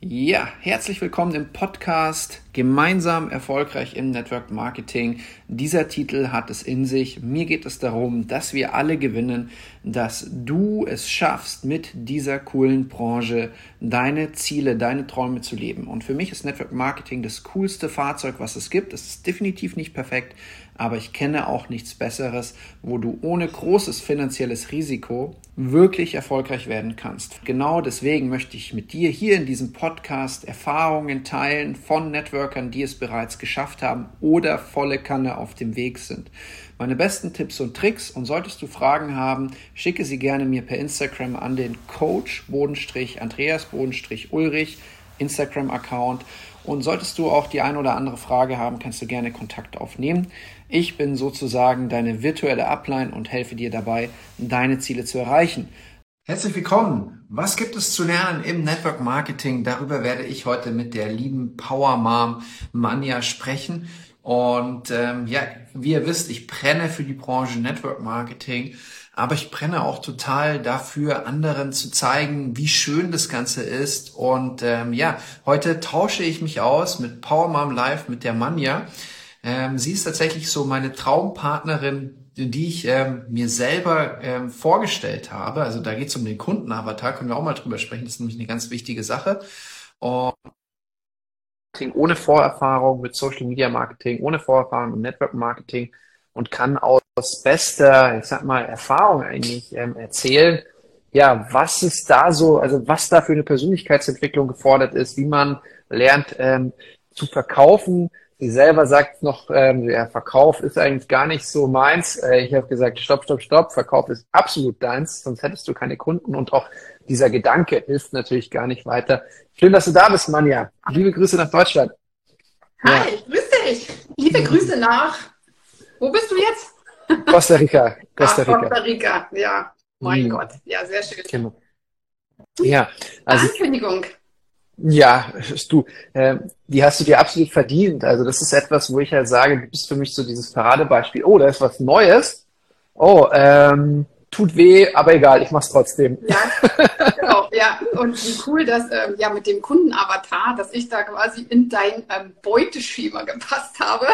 Ja, herzlich willkommen im Podcast Gemeinsam erfolgreich im Network Marketing. Dieser Titel hat es in sich. Mir geht es darum, dass wir alle gewinnen, dass du es schaffst, mit dieser coolen Branche deine Ziele, deine Träume zu leben. Und für mich ist Network Marketing das coolste Fahrzeug, was es gibt. Es ist definitiv nicht perfekt, aber ich kenne auch nichts Besseres, wo du ohne großes finanzielles Risiko wirklich erfolgreich werden kannst. Genau deswegen möchte ich mit dir hier in diesem Podcast Erfahrungen teilen von Networkern, die es bereits geschafft haben oder volle Kanne auf dem Weg sind. Meine besten Tipps und Tricks, und solltest du Fragen haben, schicke sie gerne mir per Instagram an den Coach_Andreas_Ulrich Instagram-Account. Und solltest du auch die ein oder andere Frage haben, kannst du gerne Kontakt aufnehmen. Ich bin sozusagen deine virtuelle Upline und helfe dir dabei, deine Ziele zu erreichen. Herzlich willkommen. Was gibt es zu lernen im Network Marketing? Darüber werde ich heute mit der lieben Power Mom Manja sprechen. Und wie ihr wisst, ich brenne für die Branche Network Marketing. Aber ich brenne auch total dafür, anderen zu zeigen, wie schön das Ganze ist. Und heute tausche ich mich aus mit Power Mom Live, mit der Manja. Sie ist tatsächlich so meine Traumpartnerin, die ich mir selber vorgestellt habe. Also da geht es um den Kundenavatar, können wir auch mal drüber sprechen. Das ist nämlich eine ganz wichtige Sache. Und ohne Vorerfahrung mit Social Media Marketing, ohne Vorerfahrung im Network Marketing und kann aus bester, ich sag mal, Erfahrung eigentlich erzählen, ja, was ist da so, also was da für eine Persönlichkeitsentwicklung gefordert ist, wie man lernt zu verkaufen. Sie selber sagt noch, Verkauf ist eigentlich gar nicht so meins. Ich habe gesagt, stopp, Verkauf ist absolut deins, sonst hättest du keine Kunden. Und auch dieser Gedanke hilft natürlich gar nicht weiter. Schön, dass du da bist, Manja. Liebe Grüße nach Deutschland. Hi, grüß dich. Liebe Grüße nach, wo bist du jetzt? Costa Rica. Costa Rica, ja. Mein Gott, ja, sehr schön. Genau. Ja, also Ankündigung. Ja, die hast du dir absolut verdient. Also das ist etwas, wo ich halt sage, du bist für mich so dieses Paradebeispiel. Oh, da ist was Neues. Oh, tut weh, aber egal, ich mach's trotzdem. Ja, genau, ja. Und wie cool, dass mit dem Kundenavatar, dass ich da quasi in dein Beuteschema gepasst habe.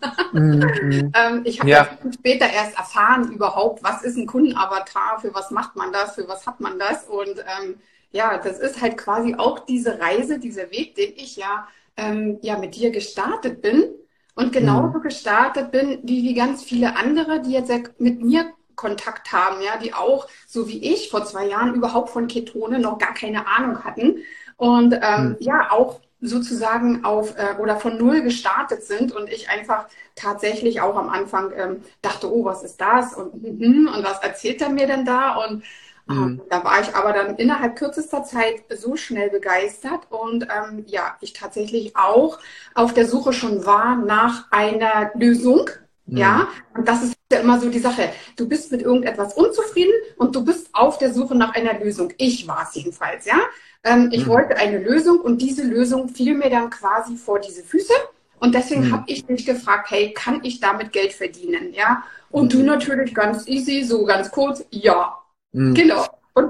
Ich habe das später erst erfahren überhaupt, was ist ein Kundenavatar, für was macht man das, für was hat man das und das ist halt quasi auch diese Reise, dieser Weg, den ich mit dir gestartet bin und genauso gestartet bin, wie ganz viele andere, die jetzt mit mir Kontakt haben, ja, die auch, so wie ich, vor 2 Jahren überhaupt von Ketone noch gar keine Ahnung hatten und auch sozusagen oder von Null gestartet sind und ich einfach tatsächlich auch am Anfang dachte, oh, was ist das und was erzählt er mir denn da und da war ich aber dann innerhalb kürzester Zeit so schnell begeistert und ich tatsächlich auch auf der Suche schon war nach einer Lösung. Ja, und das ist ja immer so die Sache. Du bist mit irgendetwas unzufrieden und du bist auf der Suche nach einer Lösung. Ich war es jedenfalls, ja. Ich wollte eine Lösung und diese Lösung fiel mir dann quasi vor diese Füße. Und deswegen habe ich mich gefragt, hey, kann ich damit Geld verdienen? Ja, und du natürlich ganz easy, so ganz kurz, ja. Genau.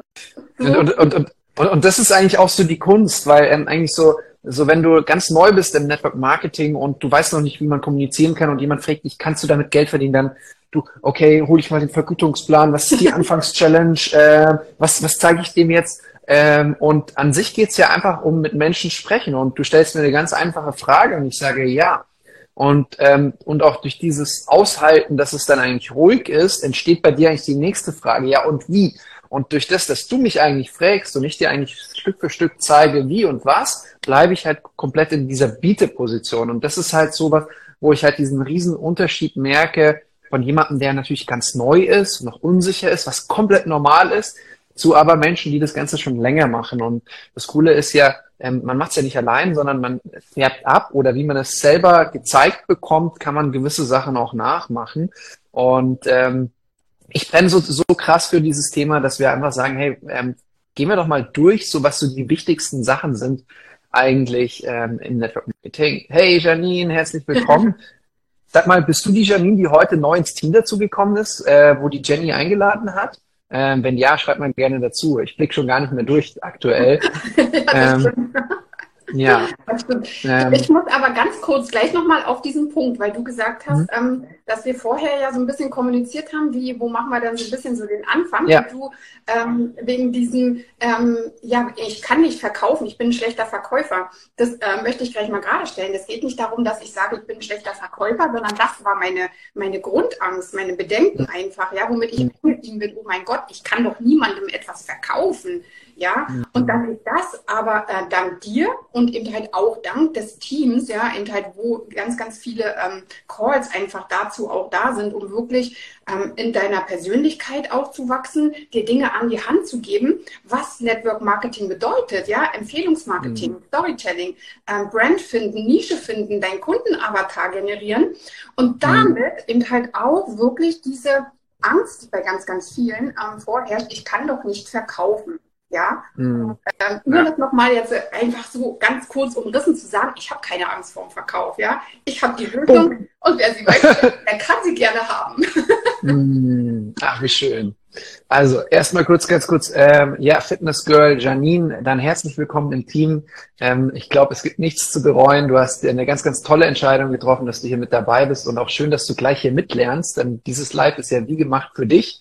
Und das ist eigentlich auch so die Kunst, weil eigentlich so wenn du ganz neu bist im Network Marketing und du weißt noch nicht, wie man kommunizieren kann und jemand fragt dich, kannst du damit Geld verdienen, dann okay, hol ich mal den Vergütungsplan, was ist die Anfangschallenge, was zeige ich dem jetzt? Und an sich geht's ja einfach um mit Menschen sprechen und du stellst mir eine ganz einfache Frage und ich sage ja. Und auch durch dieses Aushalten, dass es dann eigentlich ruhig ist, entsteht bei dir eigentlich die nächste Frage, ja und wie? Und durch das, dass du mich eigentlich fragst und ich dir eigentlich Stück für Stück zeige, wie und was, bleibe ich halt komplett in dieser Biete-Position. Und das ist halt so was, wo ich halt diesen riesen Unterschied merke von jemandem, der natürlich ganz neu ist, noch unsicher ist, was komplett normal ist, zu aber Menschen, die das Ganze schon länger machen. Und das Coole ist ja, man macht es ja nicht allein, sondern man färbt ab oder wie man es selber gezeigt bekommt, kann man gewisse Sachen auch nachmachen. Und ich brenne so krass für dieses Thema, dass wir einfach sagen, hey, gehen wir doch mal durch, so was so die wichtigsten Sachen sind eigentlich im Network Marketing. Hey Janine, herzlich willkommen. Sag mal, bist du die Janine, die heute neu ins Team dazugekommen ist, wo die Jenny eingeladen hat? Wenn ja, schreibt mal gerne dazu. Ich blicke schon gar nicht mehr durch aktuell. Ja. Das stimmt. Ich muss aber ganz kurz gleich nochmal auf diesen Punkt, weil du gesagt hast, dass wir vorher ja so ein bisschen kommuniziert haben, wo machen wir dann so ein bisschen so den Anfang. Ja. Und du wegen diesem, ich kann nicht verkaufen, ich bin ein schlechter Verkäufer. Das möchte ich gleich mal gerade stellen. Es geht nicht darum, dass ich sage, ich bin ein schlechter Verkäufer, sondern das war meine Grundangst, meine Bedenken einfach, ja, womit ich umgegangen bin. Oh mein Gott, ich kann doch niemandem etwas verkaufen. Ja, und dass ich das aber dank dir und eben halt auch dank des Teams, ja, eben halt, wo ganz, ganz viele Calls einfach dazu auch da sind, um wirklich in deiner Persönlichkeit auch zu wachsen, dir Dinge an die Hand zu geben, was Network Marketing bedeutet, ja, Empfehlungsmarketing, Storytelling, Brand finden, Nische finden, deinen Kundenavatar generieren und damit eben halt auch wirklich diese Angst, die bei ganz, ganz vielen vorherrscht, ich kann doch nicht verkaufen. Ja, nur das nochmal jetzt einfach so ganz kurz umrissen zu sagen, ich habe keine Angst vor dem Verkauf, ja. Ich habe die Lösung und wer sie möchte, der kann sie gerne haben. Ach, wie schön. Also erstmal ganz kurz, Fitness Girl Janine, dann herzlich willkommen im Team. Ich glaube, es gibt nichts zu bereuen. Du hast eine ganz, ganz tolle Entscheidung getroffen, dass du hier mit dabei bist und auch schön, dass du gleich hier mitlernst, denn dieses Live ist ja wie gemacht für dich.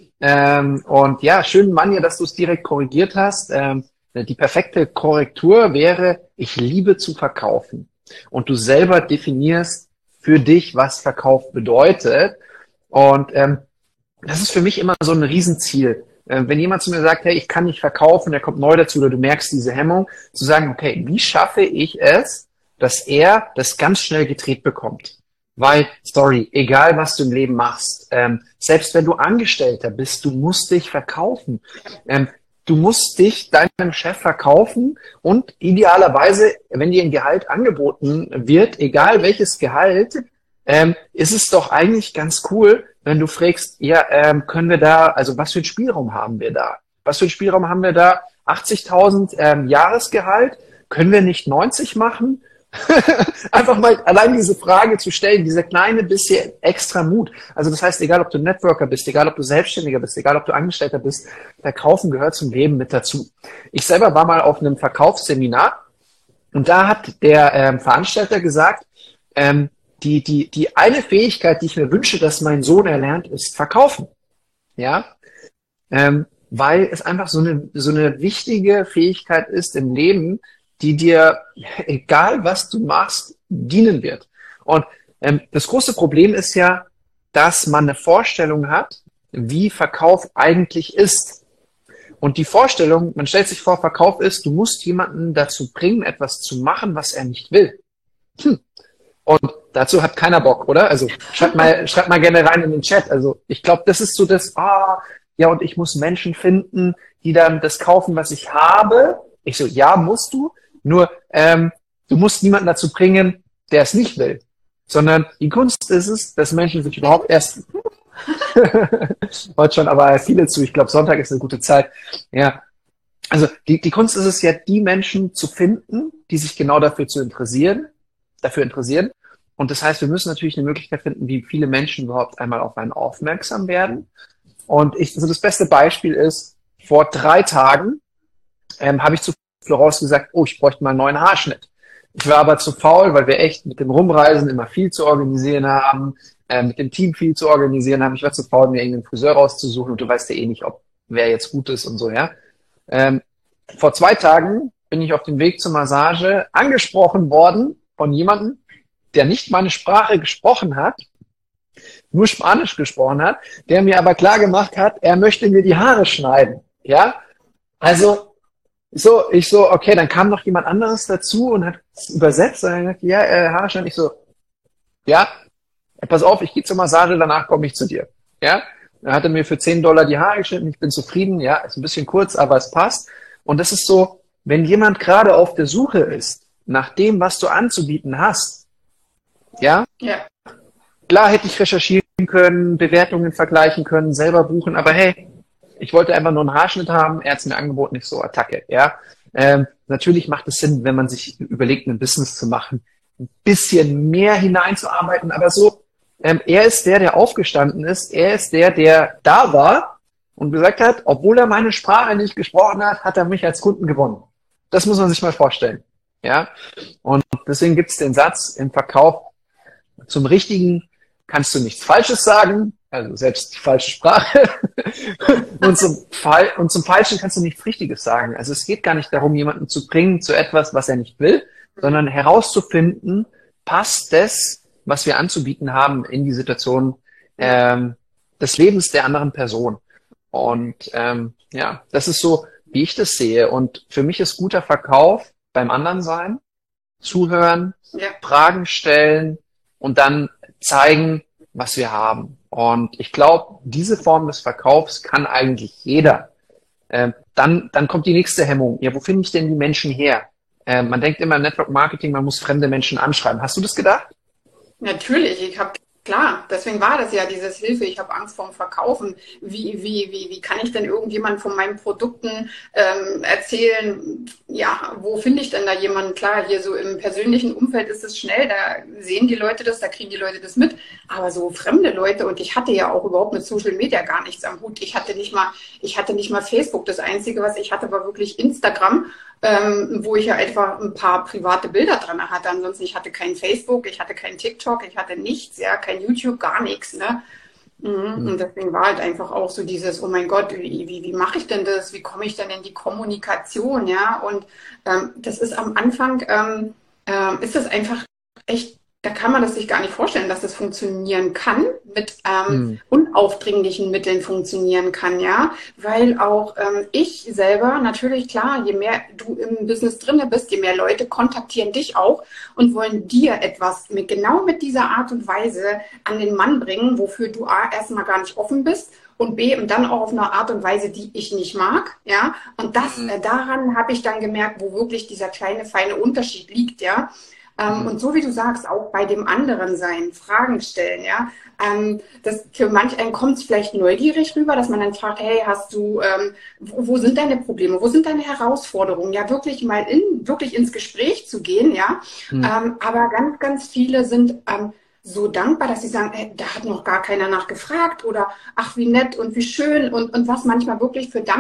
Und ja, schön, Manja, dass du es direkt korrigiert hast. Die perfekte Korrektur wäre, ich liebe zu verkaufen. Und du selber definierst für dich, was Verkauf bedeutet. Und das ist für mich immer so ein Riesenziel. Wenn jemand zu mir sagt, hey, ich kann nicht verkaufen, der kommt neu dazu oder du merkst diese Hemmung, zu sagen, okay, wie schaffe ich es, dass er das ganz schnell gedreht bekommt? Weil, sorry, egal was du im Leben machst, selbst wenn du Angestellter bist, du musst dich verkaufen. Du musst dich deinem Chef verkaufen und idealerweise, wenn dir ein Gehalt angeboten wird, egal welches Gehalt, ist es doch eigentlich ganz cool, wenn du fragst, ja, können wir da, also was für einen Spielraum haben wir da? Was für einen Spielraum haben wir da? 80.000 Jahresgehalt? Können wir nicht 90 machen? Einfach mal allein diese Frage zu stellen, diese kleine bisschen extra Mut. Also das heißt, egal ob du Networker bist, egal ob du Selbstständiger bist, egal ob du Angestellter bist, Verkaufen gehört zum Leben mit dazu. Ich selber war mal auf einem Verkaufsseminar und da hat der Veranstalter gesagt, die eine Fähigkeit, die ich mir wünsche, dass mein Sohn erlernt, ist Verkaufen. Ja, weil es einfach so eine wichtige Fähigkeit ist im Leben, die dir, egal was du machst, dienen wird. Und das große Problem ist ja, dass man eine Vorstellung hat, wie Verkauf eigentlich ist. Und die Vorstellung, man stellt sich vor, Verkauf ist, du musst jemanden dazu bringen, etwas zu machen, was er nicht will. Und dazu hat keiner Bock, oder? Also schreibt mal gerne rein in den Chat. Also ich glaube, das ist so das, und ich muss Menschen finden, die dann das kaufen, was ich habe. Ich so, ja, musst du. Nur, du musst niemanden dazu bringen, der es nicht will. Sondern die Kunst ist es, dass Menschen sich überhaupt erst heute schon aber viele zu. Ich glaube, Sonntag ist eine gute Zeit. Ja. Also die Kunst ist es ja, die Menschen zu finden, die sich genau dafür interessieren. Und das heißt, wir müssen natürlich eine Möglichkeit finden, wie viele Menschen überhaupt einmal auf einen aufmerksam werden. Und das beste Beispiel ist, vor 3 Tagen habe ich zu Florence gesagt, ich bräuchte mal einen neuen Haarschnitt. Ich war aber zu faul, weil wir echt mit dem Rumreisen immer viel zu organisieren haben, mit dem Team viel zu organisieren haben. Ich war zu faul, mir irgendeinen Friseur rauszusuchen und du weißt ja eh nicht, wer jetzt gut ist und so, ja. Vor 2 Tagen bin ich auf dem Weg zur Massage angesprochen worden von jemandem, der nicht meine Sprache gesprochen hat, nur Spanisch gesprochen hat, der mir aber klar gemacht hat, er möchte mir die Haare schneiden, ja. Also, okay, dann kam noch jemand anderes dazu und hat es übersetzt. Und er hat gesagt, Haare schneiden. Ich so, ja, pass auf, ich gehe zur Massage, danach komme ich zu dir. Ja, dann hat er mir für $10 die Haare geschnitten. Ich bin zufrieden. Ja, ist ein bisschen kurz, aber es passt. Und das ist so, wenn jemand gerade auf der Suche ist nach dem, was du anzubieten hast. Ja. Klar hätte ich recherchieren können, Bewertungen vergleichen können, selber buchen, aber hey, ich wollte einfach nur einen Haarschnitt haben, er hat es mir angeboten, nicht so Attacke, ja. Natürlich macht es Sinn, wenn man sich überlegt, ein Business zu machen, ein bisschen mehr hineinzuarbeiten, aber so, er ist der aufgestanden ist, er ist der da war und gesagt hat, obwohl er meine Sprache nicht gesprochen hat, hat er mich als Kunden gewonnen. Das muss man sich mal vorstellen. Ja, und deswegen gibt es den Satz im Verkauf: Zum Richtigen kannst du nichts Falsches sagen, also selbst die falsche Sprache. Und zum Falschen kannst du nichts Richtiges sagen. Also es geht gar nicht darum, jemanden zu bringen zu etwas, was er nicht will, sondern herauszufinden, passt das, was wir anzubieten haben, in die Situation des Lebens der anderen Person. Und ja, das ist so, wie ich das sehe. Und für mich ist guter Verkauf beim anderen sein, zuhören, Fragen stellen und dann zeigen, was wir haben. Und ich glaube, diese Form des Verkaufs kann eigentlich jeder. Dann kommt die nächste Hemmung. Ja, wo finde ich denn die Menschen her? Man denkt immer im Network Marketing, man muss fremde Menschen anschreiben. Hast du das gedacht? Natürlich, klar, deswegen war das ja dieses Hilfe, ich habe Angst vorm Verkaufen. Wie kann ich denn irgendjemand von meinen Produkten erzählen? Ja, wo finde ich denn da jemanden? Klar, hier so im persönlichen Umfeld ist es schnell, da sehen die Leute das, da kriegen die Leute das mit. Aber so fremde Leute, und ich hatte ja auch überhaupt mit Social Media gar nichts am Hut. Ich hatte nicht mal Facebook. Das Einzige, was ich hatte, war wirklich Instagram. Wo ich ja einfach ein paar private Bilder dran hatte. Ansonsten, ich hatte kein Facebook, ich hatte kein TikTok, ich hatte nichts, ja, kein YouTube, gar nichts, ne? Und deswegen war halt einfach auch so dieses, oh mein Gott, wie mache ich denn das? Wie komme ich denn in die Kommunikation, ja? Und das ist am Anfang, ist das einfach echt, da kann man das sich gar nicht vorstellen, dass das funktionieren kann, mit unaufdringlichen Mitteln funktionieren kann, ja, weil auch ich selber, natürlich klar, je mehr du im Business drinne bist, je mehr Leute kontaktieren dich auch und wollen dir etwas genau mit dieser Art und Weise an den Mann bringen, wofür du A, erstmal gar nicht offen bist und B, und dann auch auf eine Art und Weise, die ich nicht mag, ja, und daran habe ich dann gemerkt, wo wirklich dieser kleine, feine Unterschied liegt, ja. Und so wie du sagst, auch bei dem anderen sein, Fragen stellen, ja. Das für manch einen kommt es vielleicht neugierig rüber, dass man dann fragt, hey, hast du, wo sind deine Probleme, wo sind deine Herausforderungen? Ja, wirklich mal wirklich ins Gespräch zu gehen, ja. Aber ganz, ganz viele sind so dankbar, dass sie sagen, ey, da hat noch gar keiner nachgefragt oder ach, wie nett und wie schön und was manchmal wirklich für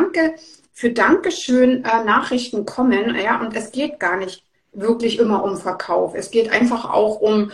Dankeschön Nachrichten kommen, ja, und es geht gar nicht wirklich immer um Verkauf. Es geht einfach auch um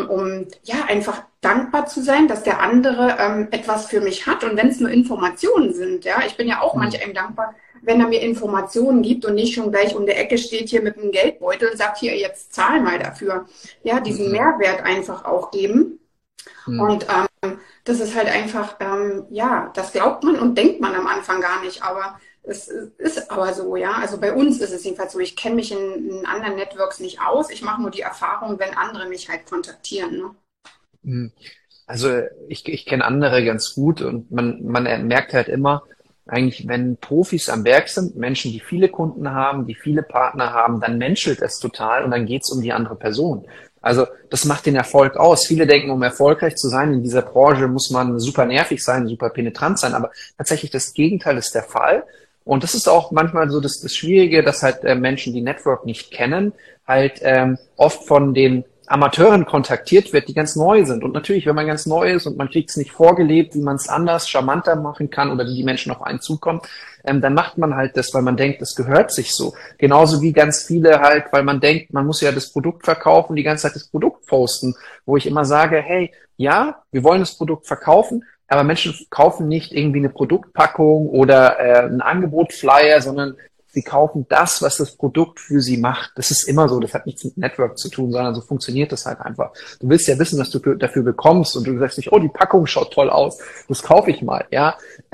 ja, einfach dankbar zu sein, dass der andere etwas für mich hat. Und wenn es nur Informationen sind, ja, ich bin ja auch manch einem dankbar, wenn er mir Informationen gibt und nicht schon gleich um der Ecke steht hier mit einem Geldbeutel und sagt, hier, jetzt zahl mal dafür. Ja, diesen Mehrwert einfach auch geben. Und das ist halt einfach, ja, das glaubt man und denkt man am Anfang gar nicht, aber es ist aber so, ja. Also bei uns ist es jedenfalls so. Ich kenne mich in anderen Networks nicht aus. Ich mache nur die Erfahrung, wenn andere mich halt kontaktieren. Ne? Also ich kenne andere ganz gut und man merkt halt immer, eigentlich, wenn Profis am Werk sind, Menschen, die viele Kunden haben, die viele Partner haben, dann menschelt es total und dann geht's um die andere Person. Also das macht den Erfolg aus. Viele denken, um erfolgreich zu sein in dieser Branche, muss man super nervig sein, super penetrant sein, aber tatsächlich das Gegenteil ist der Fall. Und das ist auch manchmal so das Schwierige, dass halt Menschen, die Network nicht kennen, halt oft von den Amateuren kontaktiert wird, die ganz neu sind. Und natürlich, wenn man ganz neu ist und man kriegt es nicht vorgelebt, wie man es anders, charmanter machen kann oder wie die Menschen auf einen zukommen, dann macht man halt das, weil man denkt, das gehört sich so. Genauso wie ganz viele halt, weil man denkt, man muss ja das Produkt verkaufen, die ganze Zeit das Produkt posten, wo ich immer sage, hey, ja, wir wollen das Produkt verkaufen, aber Menschen kaufen nicht irgendwie eine Produktpackung oder ein Angebot-Flyer, sondern sie kaufen das, was das Produkt für sie macht. Das ist immer so. Das hat nichts mit Network zu tun, sondern so funktioniert das halt einfach. Du willst ja wissen, was du dafür bekommst und du sagst nicht, oh, die Packung schaut toll aus, das kaufe ich mal, ja.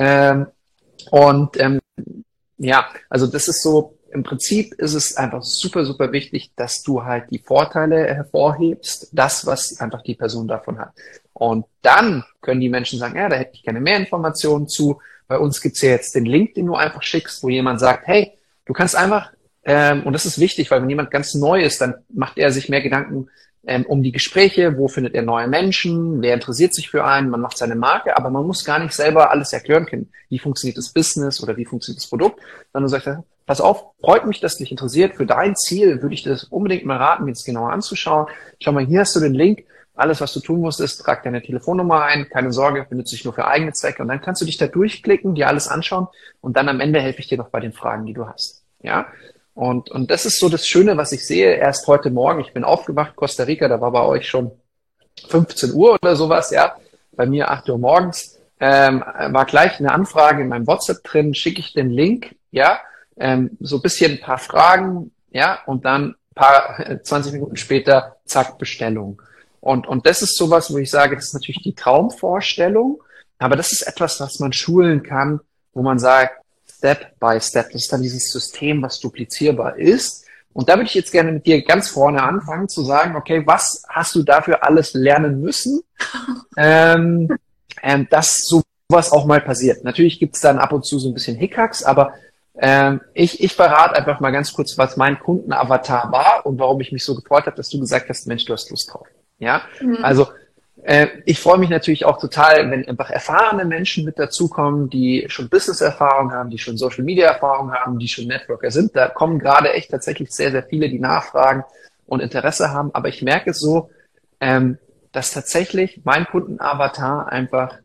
Ja, also das ist so, im Prinzip ist es einfach super, super wichtig, dass du halt die Vorteile hervorhebst, das, was einfach die Person davon hat. Und dann können die Menschen sagen, ja, da hätte ich gerne mehr Informationen zu. Bei uns gibt's ja jetzt den Link, den du einfach schickst, wo jemand sagt, hey, du kannst einfach, und das ist wichtig, weil wenn jemand ganz neu ist, dann macht er sich mehr Gedanken um die Gespräche, wo findet er neue Menschen, wer interessiert sich für einen, man macht seine Marke, aber man muss gar nicht selber alles erklären können, wie funktioniert das Business oder wie funktioniert das Produkt, sondern du sagst, pass auf, freut mich, dass dich interessiert, für dein Ziel würde ich das unbedingt mal raten, mir das genauer anzuschauen. Schau mal, hier hast du den Link, alles, was du tun musst, ist, trag deine Telefonnummer ein, keine Sorge, benutze dich nur für eigene Zwecke und dann kannst du dich da durchklicken, dir alles anschauen und dann am Ende helfe ich dir noch bei den Fragen, die du hast. Ja? Und das ist so das Schöne, was ich sehe. Erst heute Morgen, ich bin aufgewacht, Costa Rica, da war bei euch schon 15 Uhr oder sowas, ja. Bei mir 8 Uhr morgens. War gleich eine Anfrage in meinem WhatsApp drin, schicke ich den Link, ja. So ein bisschen ein paar Fragen, ja, und dann 20 Minuten später, zack, Bestellung. Und das ist sowas, wo ich sage, das ist natürlich die Traumvorstellung, aber das ist etwas, was man schulen kann, wo man sagt, Step by Step. Das ist dann dieses System, was duplizierbar ist. Und da würde ich jetzt gerne mit dir ganz vorne anfangen, zu sagen, okay, was hast du dafür alles lernen müssen, dass sowas auch mal passiert. Natürlich gibt es dann ab und zu so ein bisschen Hiccups, aber ich verrate einfach mal ganz kurz, was mein Kundenavatar war und warum ich mich so gefreut habe, dass du gesagt hast, Mensch, du hast Lust drauf. Ja, also ich freue mich natürlich auch total, wenn einfach erfahrene Menschen mit dazukommen, die schon Business-Erfahrung haben, die schon Social-Media-Erfahrung haben, die schon Networker sind. Da kommen gerade echt tatsächlich sehr, sehr viele, die nachfragen und Interesse haben. Aber ich merke es so, dass tatsächlich mein Kundenavatar einfach,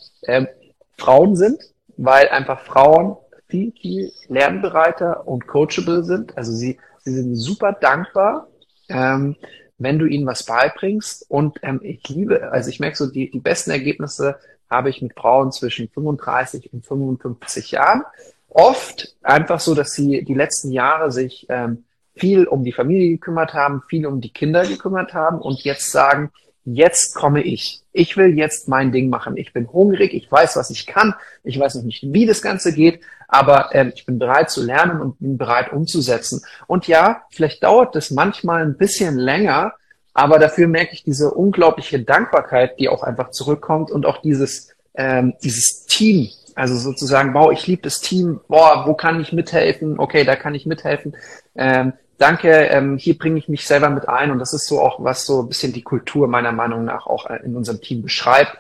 Frauen sind, weil einfach Frauen viel, viel lernbereiter und coachable sind. Also sie sind super dankbar, wenn du ihnen was beibringst. Und ich merke so, die besten Ergebnisse habe ich mit Frauen zwischen 35 und 55 Jahren. Oft einfach so, dass sie die letzten Jahre sich viel um die Familie gekümmert haben, viel um die Kinder gekümmert haben und jetzt sagen, jetzt komme ich. Ich will jetzt mein Ding machen. Ich bin hungrig, ich weiß, was ich kann. Ich weiß noch nicht, wie das Ganze geht, aber ich bin bereit zu lernen und bin bereit umzusetzen. Und ja, vielleicht dauert das manchmal ein bisschen länger, aber dafür merke ich diese unglaubliche Dankbarkeit, die auch einfach zurückkommt und auch dieses Team. Also sozusagen, wow, ich liebe das Team. Boah, wo kann ich mithelfen? Okay, da kann ich mithelfen. Danke, hier bringe ich mich selber mit ein und das ist so auch, was so ein bisschen die Kultur meiner Meinung nach auch in unserem Team beschreibt.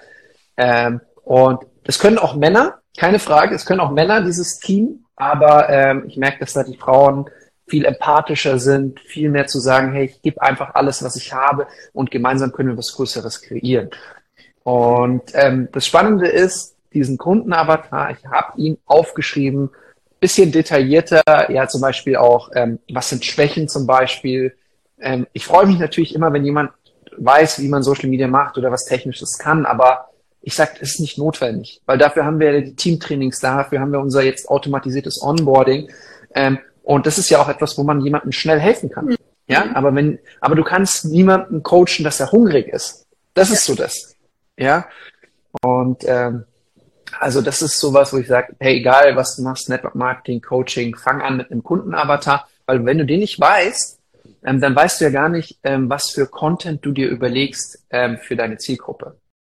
Und es können auch Männer, keine Frage, es können auch Männer, dieses Team, aber ich merke, dass da die Frauen viel empathischer sind, viel mehr zu sagen, hey, ich gebe einfach alles, was ich habe und gemeinsam können wir was Größeres kreieren. Und das Spannende ist, diesen Kundenavatar, ich habe ihn aufgeschrieben, bisschen detaillierter, ja zum Beispiel auch, was sind Schwächen zum Beispiel. Ich freue mich natürlich immer, wenn jemand weiß, wie man Social Media macht oder was Technisches kann, aber ich sage, es ist nicht notwendig, weil dafür haben wir die Teamtrainings, dafür haben wir unser jetzt automatisiertes Onboarding und das ist ja auch etwas, wo man jemandem schnell helfen kann. Ja, aber du kannst niemanden coachen, dass er hungrig ist. Das ist so das. Ja, und also das ist sowas, wo ich sage, hey, egal was du machst, Network Marketing, Coaching, fang an mit einem Kundenavatar, weil wenn du den nicht weißt, dann weißt du ja gar nicht, was für Content du dir überlegst für deine Zielgruppe.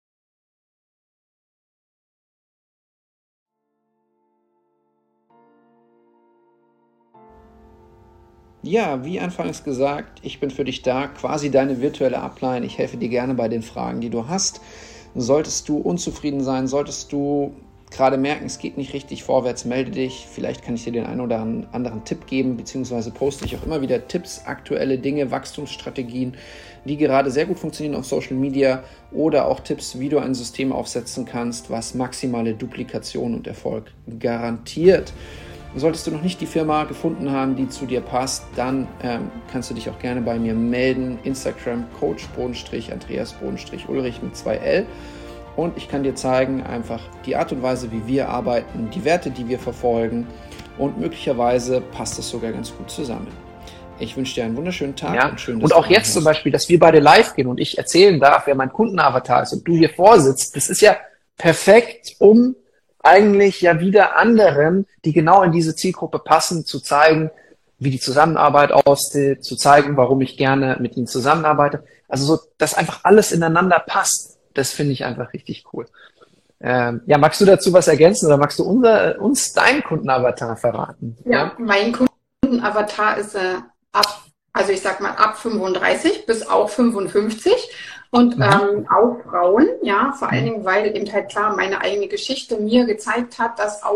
Ja, wie anfangs gesagt, ich bin für dich da, quasi deine virtuelle Upline. Ich helfe dir gerne bei den Fragen, die du hast. Solltest du unzufrieden sein, solltest du gerade merken, es geht nicht richtig vorwärts, melde dich. Vielleicht kann ich dir den einen oder anderen Tipp geben, beziehungsweise poste ich auch immer wieder Tipps, aktuelle Dinge, Wachstumsstrategien, die gerade sehr gut funktionieren auf Social Media oder auch Tipps, wie du ein System aufsetzen kannst, was maximale Duplikation und Erfolg garantiert. Solltest du noch nicht die Firma gefunden haben, die zu dir passt, dann kannst du dich auch gerne bei mir melden. Instagram Coach_Andreas_Ulrich mit 2L. Und ich kann dir zeigen, einfach die Art und Weise, wie wir arbeiten, die Werte, die wir verfolgen. Und möglicherweise passt das sogar ganz gut zusammen. Ich wünsche dir einen wunderschönen Tag und schön, dass du. Und auch jetzt zum Beispiel, dass wir beide live gehen und ich erzählen darf, wer mein Kundenavatar ist und du hier vorsitzt, das ist ja perfekt, um eigentlich ja wieder anderen, die genau in diese Zielgruppe passen, zu zeigen, wie die Zusammenarbeit aussieht, zu zeigen, warum ich gerne mit ihnen zusammenarbeite. Also so, dass einfach alles ineinander passt, das finde ich einfach richtig cool. Ja, magst du dazu was ergänzen oder magst du uns deinen Kundenavatar verraten? Ja, mein Kundenavatar ist also ich sag mal ab 35 bis auch 55. Und auch Frauen, ja, vor allen Dingen, weil eben halt klar meine eigene Geschichte mir gezeigt hat, dass auch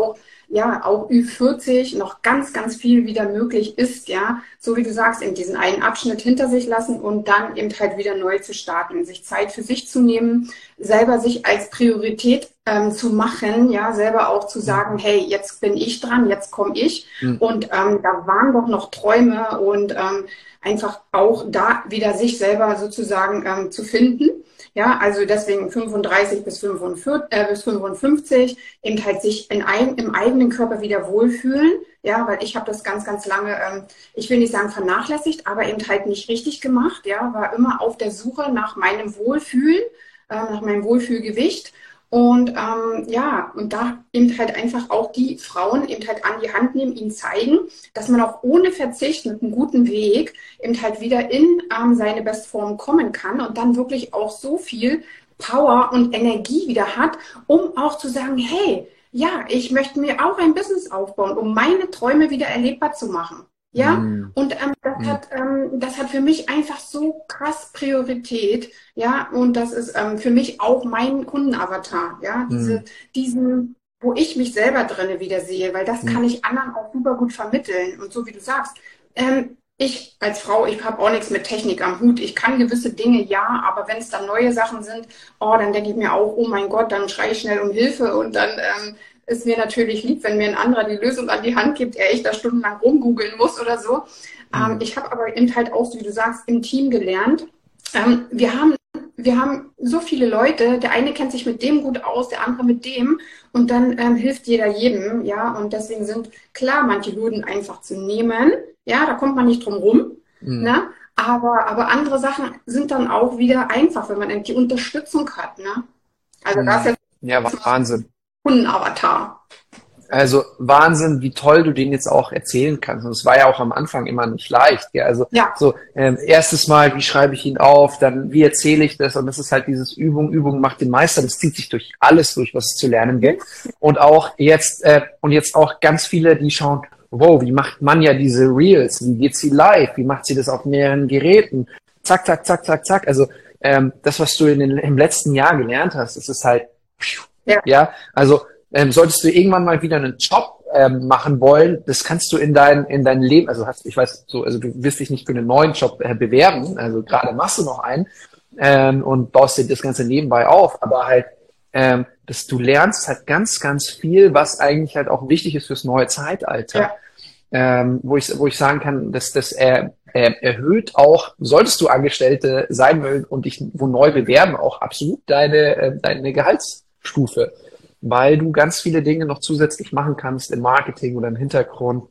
ja, auch Ü40 noch ganz, ganz viel wieder möglich ist, ja. So wie du sagst, eben diesen einen Abschnitt hinter sich lassen und dann eben halt wieder neu zu starten, sich Zeit für sich zu nehmen, selber sich als Priorität zu machen, ja, selber auch zu sagen, hey, jetzt bin ich dran, jetzt komme ich. Und da waren doch noch Träume und einfach auch da wieder sich selber sozusagen zu finden. Ja, also deswegen 35 bis 55, eben halt sich im eigenen Körper wieder wohlfühlen. Ja, weil ich habe das ganz, ganz lange, ich will nicht sagen vernachlässigt, aber eben halt nicht richtig gemacht. Ja, war immer auf der Suche nach meinem Wohlfühlen, nach meinem Wohlfühlgewicht. Und ja, und da eben halt einfach auch die Frauen eben halt an die Hand nehmen, ihnen zeigen, dass man auch ohne Verzicht mit einem guten Weg eben halt wieder in seine Bestform kommen kann und dann wirklich auch so viel Power und Energie wieder hat, um auch zu sagen, hey, ja, ich möchte mir auch ein Business aufbauen, um meine Träume wieder erlebbar zu machen. Ja, und das hat für mich einfach so krass Priorität, ja, und das ist für mich auch mein Kundenavatar, ja, diesen, wo ich mich selber drinne wieder sehe, weil das kann ich anderen auch super gut vermitteln. Und so wie du sagst, ich als Frau, ich habe auch nichts mit Technik am Hut. Ich kann gewisse Dinge, ja, aber wenn es dann neue Sachen sind, oh, dann denke ich mir auch, oh mein Gott, dann schreie ich schnell um Hilfe und dann ist mir natürlich lieb, wenn mir ein anderer die Lösung an die Hand gibt, er ich da stundenlang rumgoogeln muss oder so. Ich habe aber eben halt auch, so wie du sagst, im Team gelernt. Wir haben so viele Leute, der eine kennt sich mit dem gut aus, der andere mit dem und dann hilft jeder jedem, ja, und deswegen sind klar manche Hürden einfach zu nehmen, ja, da kommt man nicht drum rum, ne? Aber andere Sachen sind dann auch wieder einfach, wenn man die Unterstützung hat, ne? Also das ist jetzt ja, Wahnsinn. Kundenavatar. Also Wahnsinn, wie toll du den jetzt auch erzählen kannst. Und es war ja auch am Anfang immer nicht leicht. Ja? Also so erstes Mal, wie schreibe ich ihn auf, dann wie erzähle ich das? Und das ist halt dieses Übung macht den Meister. Das zieht sich durch alles durch, was es zu lernen gibt. Und auch jetzt auch ganz viele, die schauen, wow, wie macht man ja diese Reels? Wie geht sie live? Wie macht sie das auf mehreren Geräten? Zack, zack, zack, zack, zack. Also das, was du im letzten Jahr gelernt hast, das ist halt ja, also solltest du irgendwann mal wieder einen Job machen wollen, das kannst du in dein Leben, also ich weiß so, also du wirst dich nicht für einen neuen Job bewerben, also gerade machst du noch einen und baust dir das ganze nebenbei auf, aber halt, dass du lernst halt ganz, ganz viel, was eigentlich halt auch wichtig ist fürs neue Zeitalter, wo ich sagen kann, dass das erhöht auch, solltest du Angestellte sein wollen und dich wo neu bewerben, auch absolut deine Gehaltsstufe, weil du ganz viele Dinge noch zusätzlich machen kannst im Marketing oder im Hintergrund,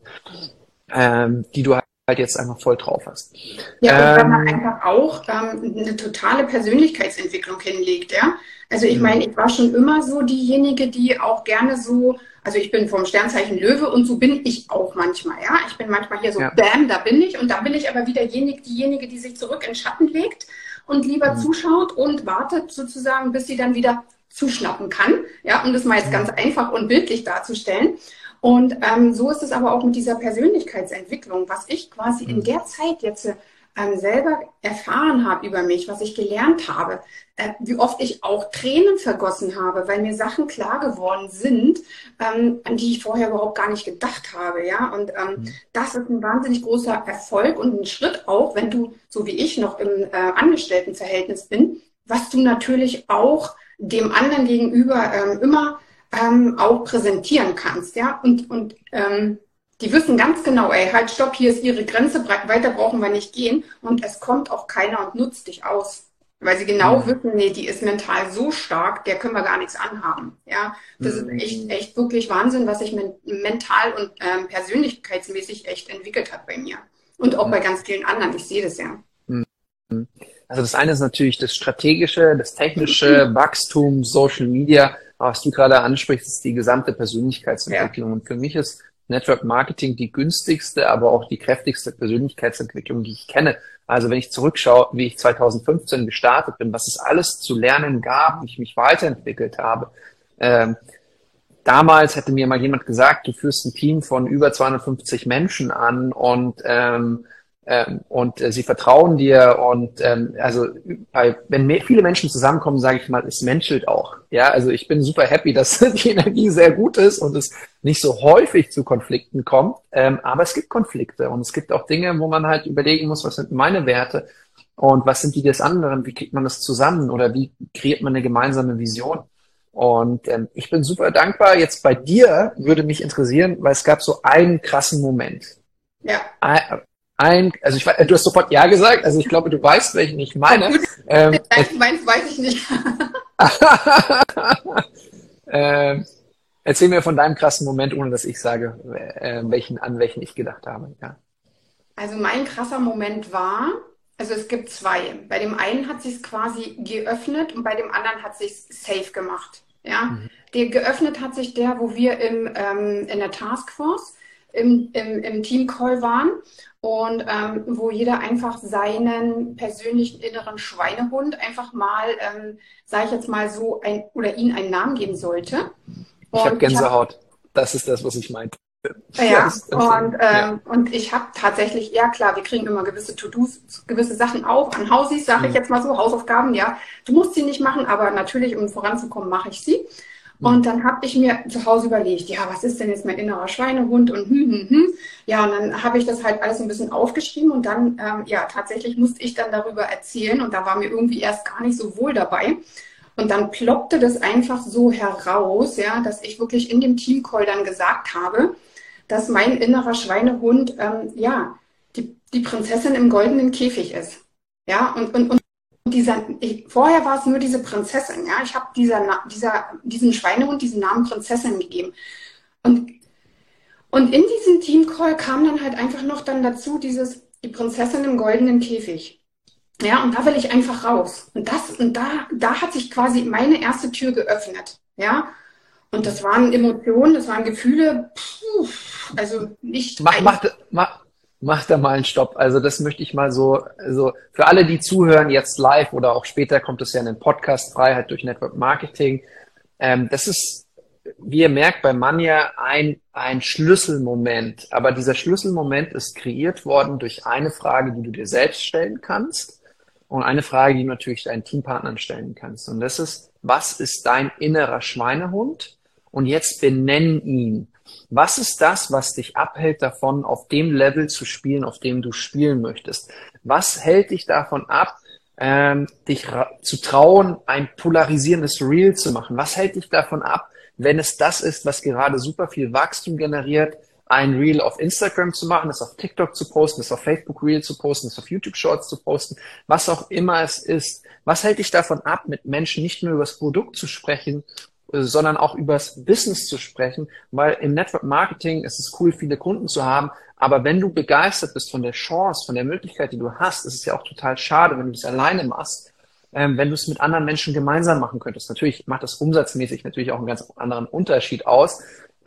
die du halt jetzt einfach voll drauf hast. Ja, und weil man einfach auch eine totale Persönlichkeitsentwicklung hinlegt, ja. Also ich meine, ich war schon immer so diejenige, die auch gerne so, also ich bin vom Sternzeichen Löwe und so bin ich auch manchmal, ja. Ich bin manchmal hier so, bam, da bin ich und dann bin ich aber wieder diejenige, die sich zurück in den Schatten legt und lieber zuschaut und wartet sozusagen, bis sie dann wieder zuschnappen kann, ja, um das mal jetzt ganz einfach und bildlich darzustellen. Und so ist es aber auch mit dieser Persönlichkeitsentwicklung, was ich quasi in der Zeit jetzt selber erfahren habe über mich, was ich gelernt habe, wie oft ich auch Tränen vergossen habe, weil mir Sachen klar geworden sind, an die ich vorher überhaupt gar nicht gedacht habe, ja. Und das ist ein wahnsinnig großer Erfolg und ein Schritt auch, wenn du, so wie ich, noch im Angestelltenverhältnis bin, was du natürlich auch dem anderen gegenüber immer auch präsentieren kannst, ja, und die wissen ganz genau, ey, halt, stopp, hier ist ihre Grenze, weiter brauchen wir nicht gehen und es kommt auch keiner und nutzt dich aus, weil sie genau wissen, nee, die ist mental so stark, der können wir gar nichts anhaben, ja, das ist echt wirklich Wahnsinn, was sich mental und persönlichkeitsmäßig echt entwickelt hat bei mir und auch bei ganz vielen anderen, ich sehe das ja. Also das eine ist natürlich das Strategische, das Technische, Wachstum, Social Media. Was du gerade ansprichst, ist die gesamte Persönlichkeitsentwicklung. Und für mich ist Network Marketing die günstigste, aber auch die kräftigste Persönlichkeitsentwicklung, die ich kenne. Also wenn ich zurückschaue, wie ich 2015 gestartet bin, was es alles zu lernen gab, wie ich mich weiterentwickelt habe. Damals hätte mir mal jemand gesagt, du führst ein Team von über 250 Menschen an und sie vertrauen dir und also wenn viele Menschen zusammenkommen, sage ich mal, es menschelt auch. Ja, also ich bin super happy, dass die Energie sehr gut ist und es nicht so häufig zu Konflikten kommt, aber es gibt Konflikte und es gibt auch Dinge, wo man halt überlegen muss, was sind meine Werte und was sind die des anderen, wie kriegt man das zusammen oder wie kreiert man eine gemeinsame Vision. Und ich bin super dankbar. Jetzt bei dir würde mich interessieren, weil es gab so einen krassen Moment. Ja. Also du hast sofort Ja gesagt, also ich glaube, du weißt, welchen ich meine. Meins weiß ich nicht. Erzähl mir von deinem krassen Moment, ohne dass ich sage, an welchen ich gedacht habe. Ja. Also mein krasser Moment war, also es gibt zwei. Bei dem einen hat sich quasi geöffnet und bei dem anderen hat sich safe gemacht. Ja, der geöffnet hat sich der, wo wir in der Taskforce im Teamcall waren und wo jeder einfach seinen persönlichen inneren Schweinehund einfach mal, sage ich jetzt mal so, ihn einen Namen geben sollte. Ich habe Gänsehaut. Das ist das, was ich meinte. Ja, und ich habe tatsächlich, ja klar, wir kriegen immer gewisse To-Dos, gewisse Sachen auf an Hausis, sage ich jetzt mal so, Hausaufgaben, ja. Du musst sie nicht machen, aber natürlich, um voranzukommen, mache ich sie. Und dann habe ich mir zu Hause überlegt, ja, was ist denn jetzt mein innerer Schweinehund und Ja, und dann habe ich das halt alles ein bisschen aufgeschrieben und dann, tatsächlich musste ich dann darüber erzählen und da war mir irgendwie erst gar nicht so wohl dabei. Und dann ploppte das einfach so heraus, ja, dass ich wirklich in dem Teamcall dann gesagt habe, dass mein innerer Schweinehund, die Prinzessin im goldenen Käfig ist. Ja, und vorher war es nur diese Prinzessin, ja. Ich habe diesen Schweinehund diesen Namen Prinzessin gegeben. Und in diesem Teamcall kam dann halt einfach noch dann dazu die Prinzessin im goldenen Käfig. Ja, und da will ich einfach raus. Und da hat sich quasi meine erste Tür geöffnet. Ja, und das waren Emotionen, das waren Gefühle, also nicht. Mach da mal einen Stopp. Also das möchte ich mal so für alle, die zuhören, jetzt live oder auch später kommt es ja in den Podcast Freiheit durch Network Marketing. Das ist, wie ihr merkt, bei Manja ein Schlüsselmoment. Aber dieser Schlüsselmoment ist kreiert worden durch eine Frage, die du dir selbst stellen kannst und eine Frage, die du natürlich deinen Teampartnern stellen kannst. Und das ist, was ist dein innerer Schweinehund? Und jetzt benenn ihn. Was ist das, was dich abhält davon, auf dem Level zu spielen, auf dem du spielen möchtest? Was hält dich davon ab, dich zu trauen, ein polarisierendes Reel zu machen? Was hält dich davon ab, wenn es das ist, was gerade super viel Wachstum generiert, ein Reel auf Instagram zu machen, das auf TikTok zu posten, das auf Facebook Reel zu posten, das auf YouTube Shorts zu posten, was auch immer es ist? Was hält dich davon ab, mit Menschen nicht nur über das Produkt zu sprechen, sondern auch übers Business zu sprechen, weil im Network Marketing ist es cool, viele Kunden zu haben, aber wenn du begeistert bist von der Chance, von der Möglichkeit, die du hast, ist es ja auch total schade, wenn du das alleine machst, wenn du es mit anderen Menschen gemeinsam machen könntest. Natürlich macht das umsatzmäßig natürlich auch einen ganz anderen Unterschied aus,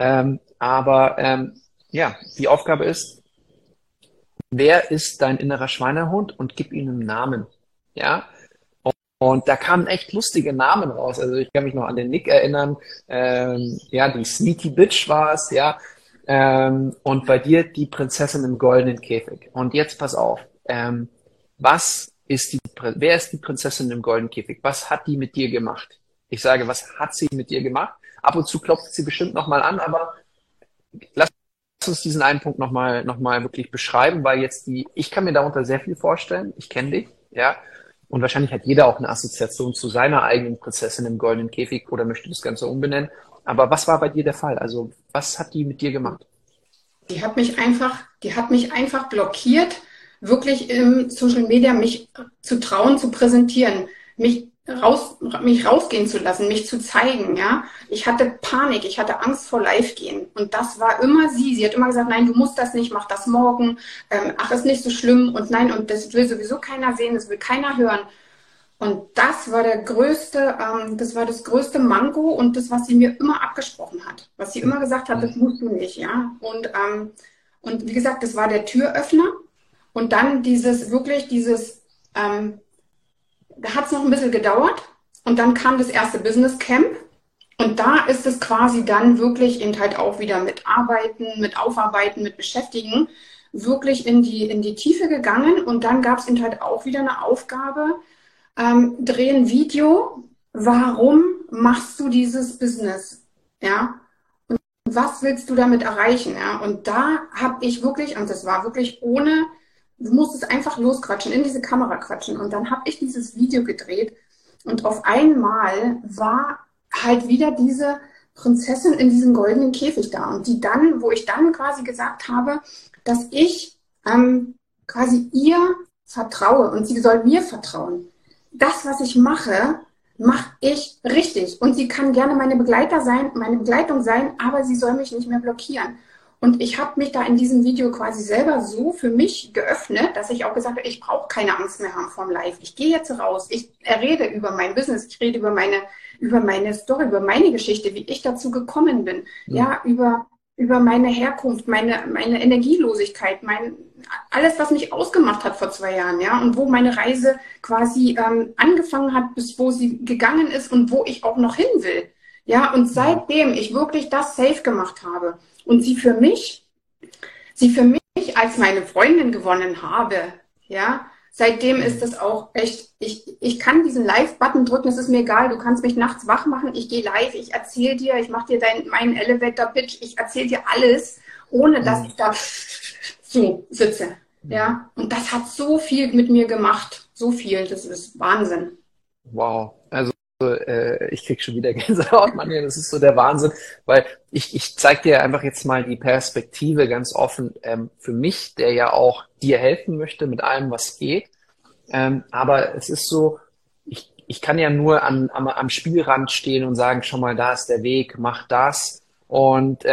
die Aufgabe ist, wer ist dein innerer Schweinehund und gib ihm einen Namen, ja? Und da kamen echt lustige Namen raus. Also ich kann mich noch an den Nick erinnern. Die Sneaky Bitch war es, ja. Und bei dir die Prinzessin im goldenen Käfig. Und jetzt pass auf. Wer ist die Prinzessin im goldenen Käfig? Was hat die mit dir gemacht? Ich sage, was hat sie mit dir gemacht? Ab und zu klopft sie bestimmt nochmal an, aber lass uns diesen einen Punkt nochmal wirklich beschreiben, weil ich kann mir darunter sehr viel vorstellen. Ich kenne dich, ja. Und wahrscheinlich hat jeder auch eine Assoziation zu seiner eigenen Prinzessin im goldenen Käfig oder möchte das Ganze umbenennen. Aber was war bei dir der Fall? Also was hat die mit dir gemacht? Die hat mich einfach blockiert, wirklich im Social Media mich zu trauen, zu präsentieren, mich rausgehen zu lassen, mich zu zeigen, ja. Ich hatte Panik, ich hatte Angst vor Live-Gehen. Und das war immer sie. Sie hat immer gesagt, nein, du musst das nicht, mach das morgen. Ist nicht so schlimm. Und nein, und das will sowieso keiner sehen, das will keiner hören. Und das war das größte Manko und das, was sie mir immer abgesprochen hat. Was sie immer gesagt hat, das musst du nicht, ja. Und wie gesagt, das war der Türöffner. Und dann da hat es noch ein bisschen gedauert und dann kam das erste Business Camp und da ist es quasi dann wirklich eben halt auch wieder mit Arbeiten, mit Aufarbeiten, mit Beschäftigen wirklich in die Tiefe gegangen und dann gab es eben halt auch wieder eine Aufgabe, dreh ein Video, warum machst du dieses Business? Ja, und was willst du damit erreichen? Ja? Und da habe ich wirklich, und das war wirklich ohne, du musstest einfach losquatschen, in diese Kamera quatschen. Und dann habe ich dieses Video gedreht und auf einmal war halt wieder diese Prinzessin in diesem goldenen Käfig da. Und die dann, wo ich dann quasi gesagt habe, dass ich quasi ihr vertraue und sie soll mir vertrauen. Das, was ich mache ich richtig. Und sie kann gerne meine Begleitung sein, aber sie soll mich nicht mehr blockieren. Und ich habe mich da in diesem Video quasi selber so für mich geöffnet, dass ich auch gesagt habe, ich brauche keine Angst mehr haben vorm Live. Ich gehe jetzt raus, ich rede über mein Business, ich rede über meine Story, über meine Geschichte, wie ich dazu gekommen bin, ja, über meine Herkunft, meine Energielosigkeit, alles, was mich ausgemacht hat vor 2 Jahren, ja, und wo meine Reise quasi angefangen hat, bis wo sie gegangen ist und wo ich auch noch hin will. Ja, und seitdem ich wirklich das safe gemacht habe und sie für mich als meine Freundin gewonnen habe, ja, seitdem ist das auch echt, ich kann diesen Live-Button drücken, es ist mir egal, du kannst mich nachts wach machen, ich gehe live, ich erzähle dir, ich mache dir meinen Elevator-Pitch, ich erzähle dir alles, ohne dass ich da so sitze. Ja, und das hat so viel mit mir gemacht, so viel, das ist Wahnsinn. Wow, also ich krieg schon wieder Gänsehaut, Manja, das ist so der Wahnsinn, weil ich zeige dir einfach jetzt mal die Perspektive ganz offen für mich, der ja auch dir helfen möchte mit allem, was geht. Aber es ist so, ich kann ja nur am Spielrand stehen und sagen, schon mal, da ist der Weg, mach das. Und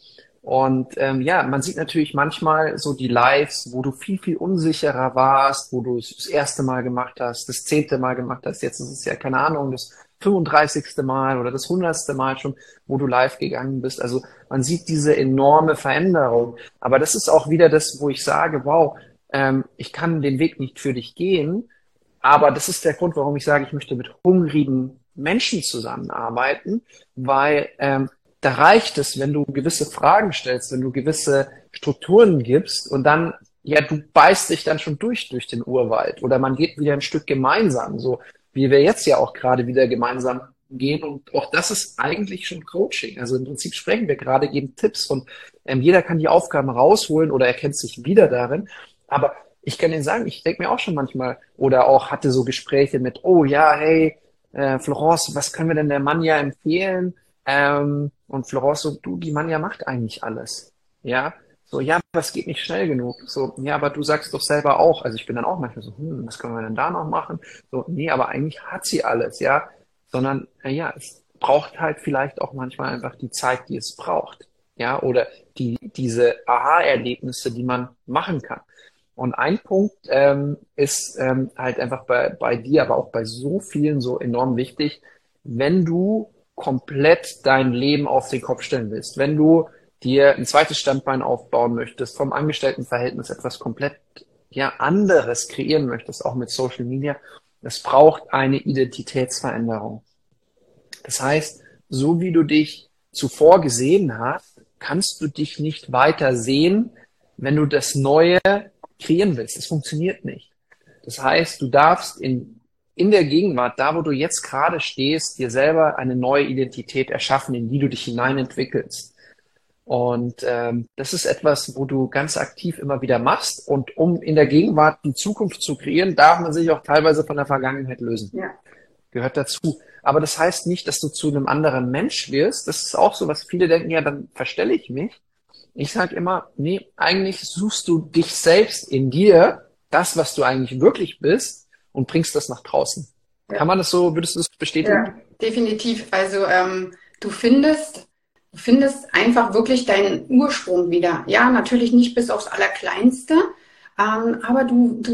ja, man sieht natürlich manchmal so die Lives, wo du viel, viel unsicherer warst, wo du es das erste Mal gemacht hast, das 10. Mal gemacht hast, jetzt ist es ja, keine Ahnung, das 35. Mal oder das 100. Mal schon, wo du live gegangen bist. Also man sieht diese enorme Veränderung. Aber das ist auch wieder das, wo ich sage, wow, ich kann den Weg nicht für dich gehen, aber das ist der Grund, warum ich sage, ich möchte mit hungrigen Menschen zusammenarbeiten, weil da reicht es, wenn du gewisse Fragen stellst, wenn du gewisse Strukturen gibst und dann, ja, du beißt dich dann schon durch den Urwald oder man geht wieder ein Stück gemeinsam, so wie wir jetzt ja auch gerade wieder gemeinsam gehen und auch das ist eigentlich schon Coaching. Also im Prinzip sprechen wir gerade, geben Tipps und jeder kann die Aufgaben rausholen oder erkennt sich wieder darin, aber ich kann Ihnen sagen, ich denke mir auch schon manchmal oder auch hatte so Gespräche mit, oh ja, hey, Florence, was können wir denn der Manja empfehlen? Und Florence so, du, die Manja macht eigentlich alles. Ja, so, ja, aber es geht nicht schnell genug. So, ja, aber du sagst doch selber auch, also ich bin dann auch manchmal so, was können wir denn da noch machen? So, nee, aber eigentlich hat sie alles, ja. Sondern, ja, es braucht halt vielleicht auch manchmal einfach die Zeit, die es braucht. Ja, oder diese Aha-Erlebnisse, die man machen kann. Und ein Punkt ist halt einfach bei dir, aber auch bei so vielen so enorm wichtig, wenn du komplett dein Leben auf den Kopf stellen willst, wenn du dir ein zweites Standbein aufbauen möchtest, vom Angestelltenverhältnis etwas komplett ja anderes kreieren möchtest, auch mit Social Media, es braucht eine Identitätsveränderung. Das heißt, so wie du dich zuvor gesehen hast, kannst du dich nicht weiter sehen, wenn du das Neue kreieren willst. Das funktioniert nicht. Das heißt, du darfst in der Gegenwart, da wo du jetzt gerade stehst, dir selber eine neue Identität erschaffen, in die du dich hineinentwickelst. Und das ist etwas, wo du ganz aktiv immer wieder machst. Und um in der Gegenwart die Zukunft zu kreieren, darf man sich auch teilweise von der Vergangenheit lösen. Ja. Gehört dazu. Aber das heißt nicht, dass du zu einem anderen Mensch wirst. Das ist auch so, was viele denken, ja, dann verstelle ich mich. Ich sage immer, nee, eigentlich suchst du dich selbst in dir, das, was du eigentlich wirklich bist, und bringst das nach draußen. Ja. Kann man das so, würdest du das bestätigen? Ja, definitiv. Also du findest einfach wirklich deinen Ursprung wieder. Ja, natürlich nicht bis aufs Allerkleinste, aber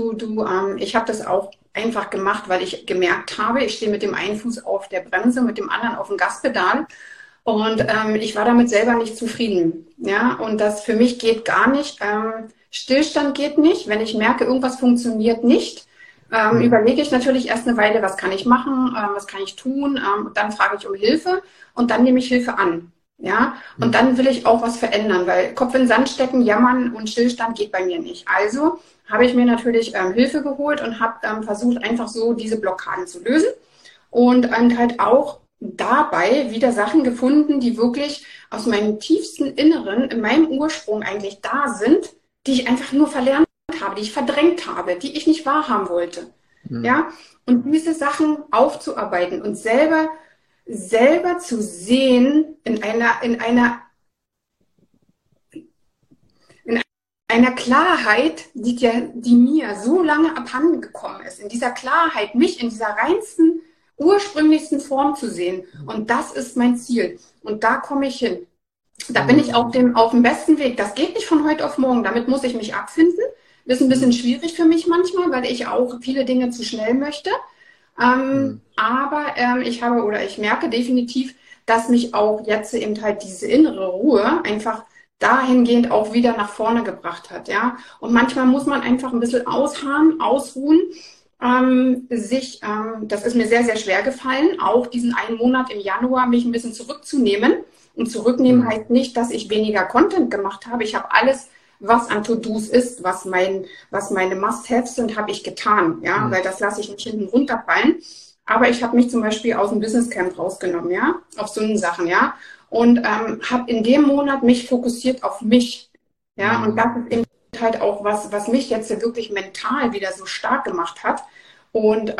ich habe das auch einfach gemacht, weil ich gemerkt habe, ich stehe mit dem einen Fuß auf der Bremse, mit dem anderen auf dem Gaspedal. Und ich war damit selber nicht zufrieden. Ja, und das für mich geht gar nicht. Stillstand geht nicht. Wenn ich merke, irgendwas funktioniert nicht, überlege ich natürlich erst eine Weile, was kann ich machen, was kann ich tun. Dann frage ich um Hilfe und dann nehme ich Hilfe an. Ja, und dann will ich auch was verändern, weil Kopf in den Sand stecken, jammern und Stillstand geht bei mir nicht. Also habe ich mir natürlich Hilfe geholt und habe versucht, einfach so diese Blockaden zu lösen und halt auch dabei wieder Sachen gefunden, die wirklich aus meinem tiefsten Inneren, in meinem Ursprung eigentlich da sind, die ich einfach nur verlernt habe, die ich verdrängt habe, die ich nicht wahrhaben wollte. Ja, und diese Sachen aufzuarbeiten und selber zu sehen in einer Klarheit, die mir so lange abhanden gekommen ist, in dieser Klarheit, mich in dieser reinsten, ursprünglichsten Form zu sehen. Und das ist mein Ziel. Und da komme ich hin. Da bin ich auf dem besten Weg. Das geht nicht von heute auf morgen. Damit muss ich mich abfinden. Ist ein bisschen schwierig für mich manchmal, weil ich auch viele Dinge zu schnell möchte. Aber ich merke definitiv, dass mich auch jetzt eben halt diese innere Ruhe einfach dahingehend auch wieder nach vorne gebracht hat, ja. Und manchmal muss man einfach ein bisschen ausharren, ausruhen, das ist mir sehr, sehr schwer gefallen, auch diesen einen Monat im Januar mich ein bisschen zurückzunehmen. Und zurücknehmen heißt nicht, dass ich weniger Content gemacht habe. Ich habe alles, was an To-Dos ist, was meine Must-Haves sind, habe ich getan, ja, weil das lasse ich nicht hinten runterfallen. Aber ich habe mich zum Beispiel aus dem Business Camp rausgenommen, ja, auf so Sachen, ja. Und habe in dem Monat mich fokussiert auf mich. Ja, und das ist eben halt auch was mich jetzt wirklich mental wieder so stark gemacht hat. Und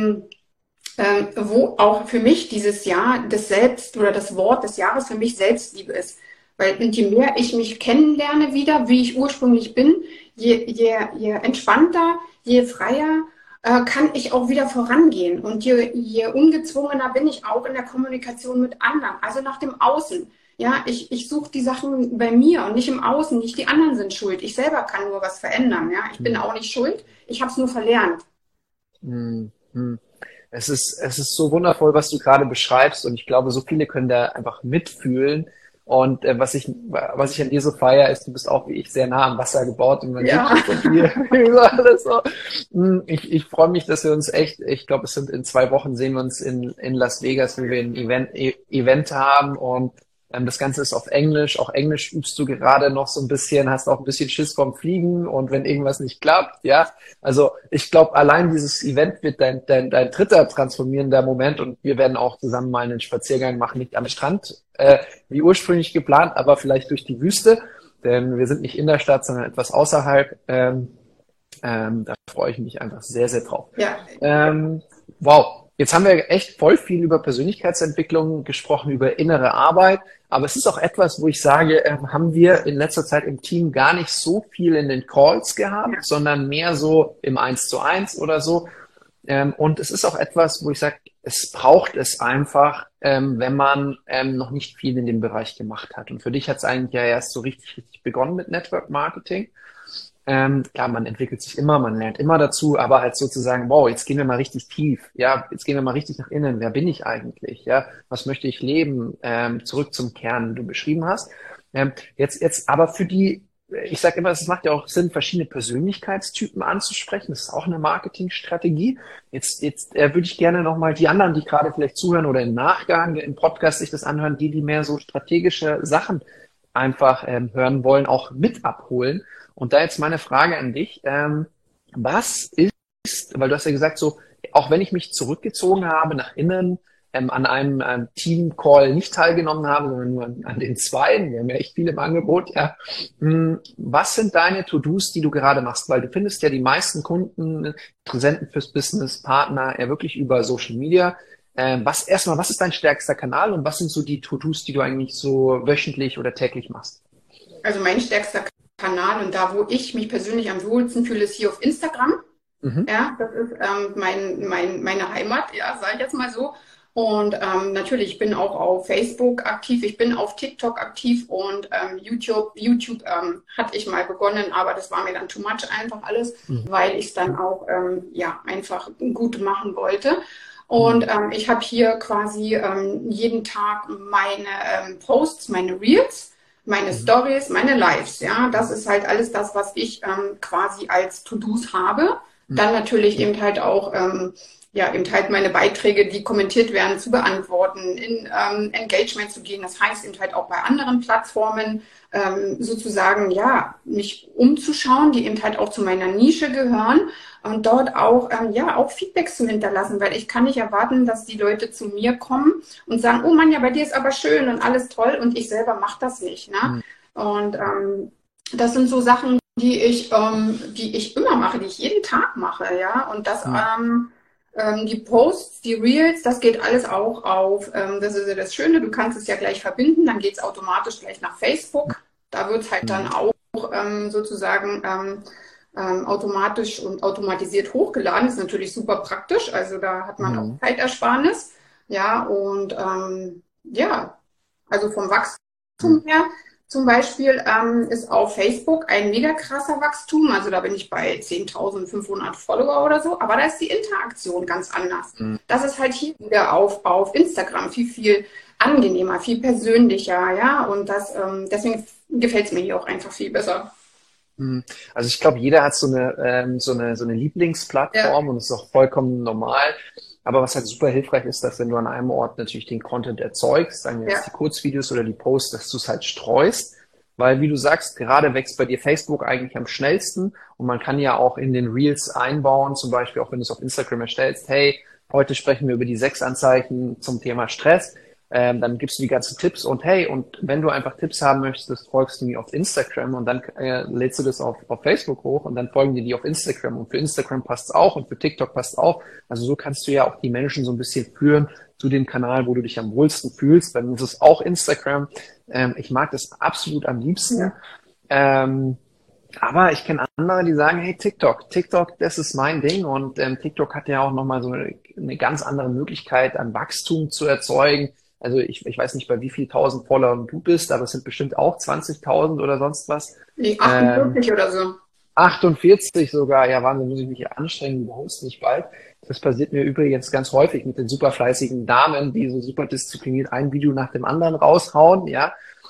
wo auch für mich dieses Jahr das Selbst oder das Wort des Jahres für mich Selbstliebe ist. Weil je mehr ich mich kennenlerne wieder, wie ich ursprünglich bin, je entspannter, je freier kann ich auch wieder vorangehen. Und je ungezwungener bin ich auch in der Kommunikation mit anderen, also nach dem Außen. Ja, ich suche die Sachen bei mir und nicht im Außen. Nicht die anderen sind schuld. Ich selber kann nur was verändern. Ja, ich bin auch nicht schuld. Ich habe es nur verlernt. Es ist so wundervoll, was du gerade beschreibst. Und ich glaube, so viele können da einfach mitfühlen. Und was ich an dir so feiere, ist, du bist auch wie ich sehr nah am Wasser gebaut und man sieht das von dir alles so. Ich freue mich, dass wir uns echt, ich glaube, es sind in 2 Wochen sehen wir uns in Las Vegas, wenn wir ein Event haben und das Ganze ist auf Englisch. Auch Englisch übst du gerade noch so ein bisschen, hast auch ein bisschen Schiss vorm Fliegen und wenn irgendwas nicht klappt, ja. Also ich glaube, allein dieses Event wird dein dritter transformierender Moment und wir werden auch zusammen mal einen Spaziergang machen, nicht am Strand, wie ursprünglich geplant, aber vielleicht durch die Wüste, denn wir sind nicht in der Stadt, sondern etwas außerhalb. Da freue ich mich einfach sehr, sehr drauf. Ja. Wow. Jetzt haben wir echt voll viel über Persönlichkeitsentwicklung gesprochen, über innere Arbeit. Aber es ist auch etwas, wo ich sage, haben wir in letzter Zeit im Team gar nicht so viel in den Calls gehabt, sondern mehr so im 1:1 oder so. Und es ist auch etwas, wo ich sage, es braucht es einfach, wenn man noch nicht viel in dem Bereich gemacht hat. Und für dich hat es eigentlich ja erst so richtig begonnen mit Network Marketing. Klar, man entwickelt sich immer, man lernt immer dazu, aber halt sozusagen, wow, jetzt gehen wir mal richtig tief, ja, jetzt gehen wir mal richtig nach innen, wer bin ich eigentlich, ja, was möchte ich leben, zurück zum Kern, den du beschrieben hast. Jetzt aber für die, ich sage immer, es macht ja auch Sinn, verschiedene Persönlichkeitstypen anzusprechen, das ist auch eine Marketingstrategie. Jetzt würde ich gerne nochmal die anderen, die gerade vielleicht zuhören oder im Nachgang im Podcast sich das anhören, die mehr so strategische Sachen einfach hören wollen, auch mit abholen. Und da jetzt meine Frage an dich, was ist, weil du hast ja gesagt, so, auch wenn ich mich zurückgezogen habe nach innen, an einem Team-Call nicht teilgenommen habe, sondern nur an den 2, wir haben ja echt viel im Angebot, ja. Was sind deine To-Dos, die du gerade machst? Weil du findest ja die meisten Kunden, Interessenten fürs Business, Partner, ja wirklich über Social Media. Was ist dein stärkster Kanal und was sind so die To-Dos, die du eigentlich so wöchentlich oder täglich machst? Also mein stärkster Kanal und da, wo ich mich persönlich am wohlsten fühle, ist hier auf Instagram. Ja, das ist meine Heimat, ja, sage ich jetzt mal so. Und natürlich, ich bin auch auf Facebook aktiv, ich bin auf TikTok aktiv und YouTube hatte ich mal begonnen, aber das war mir dann too much einfach alles, weil ich es dann auch einfach gut machen wollte. Und ich habe hier quasi jeden Tag meine Posts, meine Reels, meine Stories, meine Lives, ja, das ist halt alles das, was ich quasi als To-Dos habe. Dann natürlich eben halt auch ja, eben halt meine Beiträge, die kommentiert werden, zu beantworten, in Engagement zu gehen. Das heißt eben halt auch bei anderen Plattformen sozusagen, ja, mich umzuschauen, die eben halt auch zu meiner Nische gehören und dort auch, ja, auch Feedbacks zu hinterlassen, weil ich kann nicht erwarten, dass die Leute zu mir kommen und sagen, oh Mann, ja, bei dir ist aber schön und alles toll und ich selber mache das nicht, ne? Und das sind so Sachen, die ich immer mache, die ich jeden Tag mache, ja. Und das, die Posts, die Reels, das geht alles auch auf. Das ist ja das Schöne, du kannst es ja gleich verbinden, dann geht es automatisch gleich nach Facebook. Da wird es halt dann auch sozusagen automatisch und automatisiert hochgeladen. Das ist natürlich super praktisch, also da hat man auch Zeitersparnis. Ja, und ja, also vom Wachstum her. Zum Beispiel ist auf Facebook ein mega krasser Wachstum. Also da bin ich bei 10.500 Follower oder so. Aber da ist die Interaktion ganz anders. Das ist halt hier wieder auf Instagram viel angenehmer, viel persönlicher. Ja, und das, deswegen gefällt es mir hier auch einfach viel besser. Also ich glaube, jeder hat so eine Lieblingsplattform und das ist auch vollkommen normal. Aber was halt super hilfreich ist, dass wenn du an einem Ort natürlich den Content erzeugst, sagen wir jetzt die Kurzvideos oder die Posts, dass du es halt streust. Weil, wie du sagst, gerade wächst bei dir Facebook eigentlich am schnellsten und man kann ja auch in den Reels einbauen, zum Beispiel auch wenn du es auf Instagram erstellst, hey, heute sprechen wir über die 6 Anzeichen zum Thema Stress. Dann gibst du die ganzen Tipps und hey, und wenn du einfach Tipps haben möchtest, folgst du mir auf Instagram und dann lädst du das auf Facebook hoch und dann folgen dir die auf Instagram und für Instagram passt es auch und für TikTok passt es auch. Also so kannst du ja auch die Menschen so ein bisschen führen zu dem Kanal, wo du dich am wohlsten fühlst. Bei mir ist es auch Instagram. Ich mag das absolut am liebsten. Aber ich kenne andere, die sagen, hey, TikTok, das ist mein Ding und TikTok hat ja auch nochmal so eine ganz andere Möglichkeit an Wachstum zu erzeugen. Also ich weiß nicht, bei wie viel tausend Followern du bist, aber es sind bestimmt auch 20.000 oder sonst was. Nee, 48 oder so. 48 sogar, ja Wahnsinn, muss ich mich hier anstrengen, du holst nicht bald. Das passiert mir übrigens ganz häufig mit den super fleißigen Damen, die so super diszipliniert ein Video nach dem anderen raushauen, ja.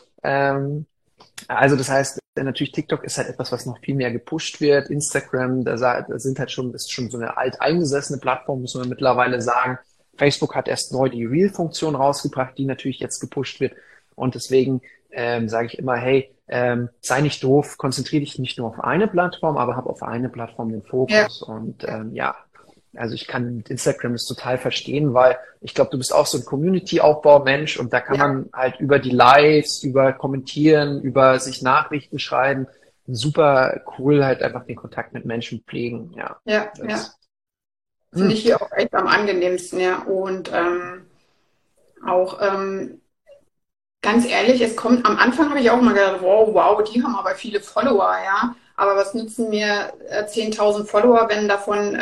Also das heißt, natürlich TikTok ist halt etwas, was noch viel mehr gepusht wird. Instagram, da sind halt ist schon so eine alteingesessene Plattform, muss man mittlerweile sagen. Facebook hat erst neu die Reel-Funktion rausgebracht, die natürlich jetzt gepusht wird. Und deswegen sage ich immer, hey, sei nicht doof, konzentriere dich nicht nur auf eine Plattform, aber hab auf eine Plattform den Fokus. Und also ich kann mit Instagram das total verstehen, weil ich glaube, du bist auch so ein Community-Aufbau-Mensch und da kann man halt über die Lives, über Kommentieren, über sich Nachrichten schreiben, super cool halt einfach den Kontakt mit Menschen pflegen. Ja. Finde ich hier auch echt am angenehmsten, ja. Und auch ganz ehrlich, es kommt, am Anfang habe ich auch mal gedacht, wow, die haben aber viele Follower, ja. Aber was nützen mir 10.000 Follower, wenn davon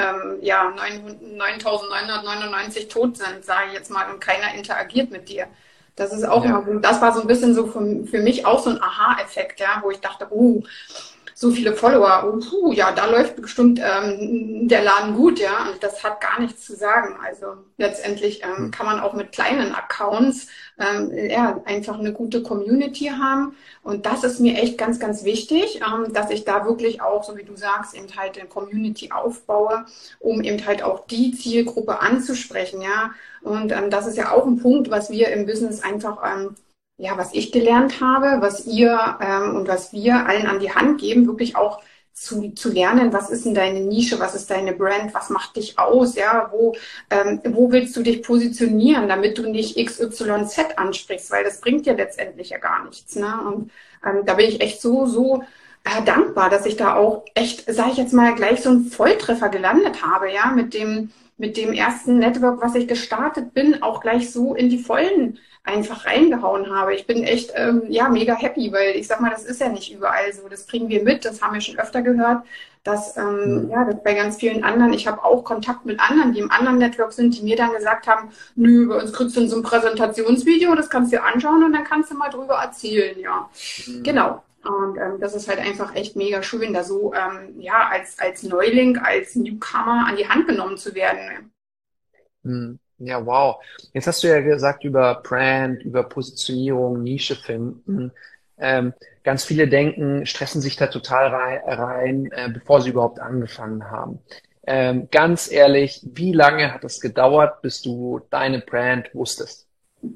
9.999 tot sind, sage ich jetzt mal, und keiner interagiert mit dir. Das ist auch immer gut. Das war so ein bisschen so für mich auch so ein Aha-Effekt, ja, wo ich dachte, so viele Follower, ja, da läuft bestimmt der Laden gut, ja, und das hat gar nichts zu sagen. Also letztendlich kann man auch mit kleinen Accounts einfach eine gute Community haben und das ist mir echt ganz, ganz wichtig, dass ich da wirklich auch, so wie du sagst, eben halt eine Community aufbaue, um eben halt auch die Zielgruppe anzusprechen, ja, und das ist ja auch ein Punkt, was wir im Business einfach was ich gelernt habe, was ihr und was wir allen an die Hand geben, wirklich auch zu lernen, was ist denn deine Nische, was ist deine Brand, was macht dich aus, ja, wo willst du dich positionieren, damit du nicht XYZ ansprichst, weil das bringt dir letztendlich ja gar nichts, ne? Und da bin ich echt so dankbar, dass ich da auch echt, sage ich jetzt mal, gleich so einen Volltreffer gelandet habe, ja, mit dem ersten Network, was ich gestartet bin, auch gleich so in die Vollen einfach reingehauen habe. Ich bin echt mega happy, weil ich sag mal, das ist ja nicht überall so. Das kriegen wir mit, das haben wir schon öfter gehört, dass das bei ganz vielen anderen, ich habe auch Kontakt mit anderen, die im anderen Network sind, die mir dann gesagt haben, nö, bei uns kriegst du so ein Präsentationsvideo, das kannst du dir anschauen und dann kannst du mal drüber erzählen, ja. Genau. Und das ist halt einfach echt mega schön, da so als Neuling, als Newcomer an die Hand genommen zu werden. Ja, wow. Jetzt hast du ja gesagt über Brand, über Positionierung, Nische finden. Ganz viele stressen sich da total rein, bevor sie überhaupt angefangen haben. Ganz ehrlich, wie lange hat es gedauert, bis du deine Brand wusstest?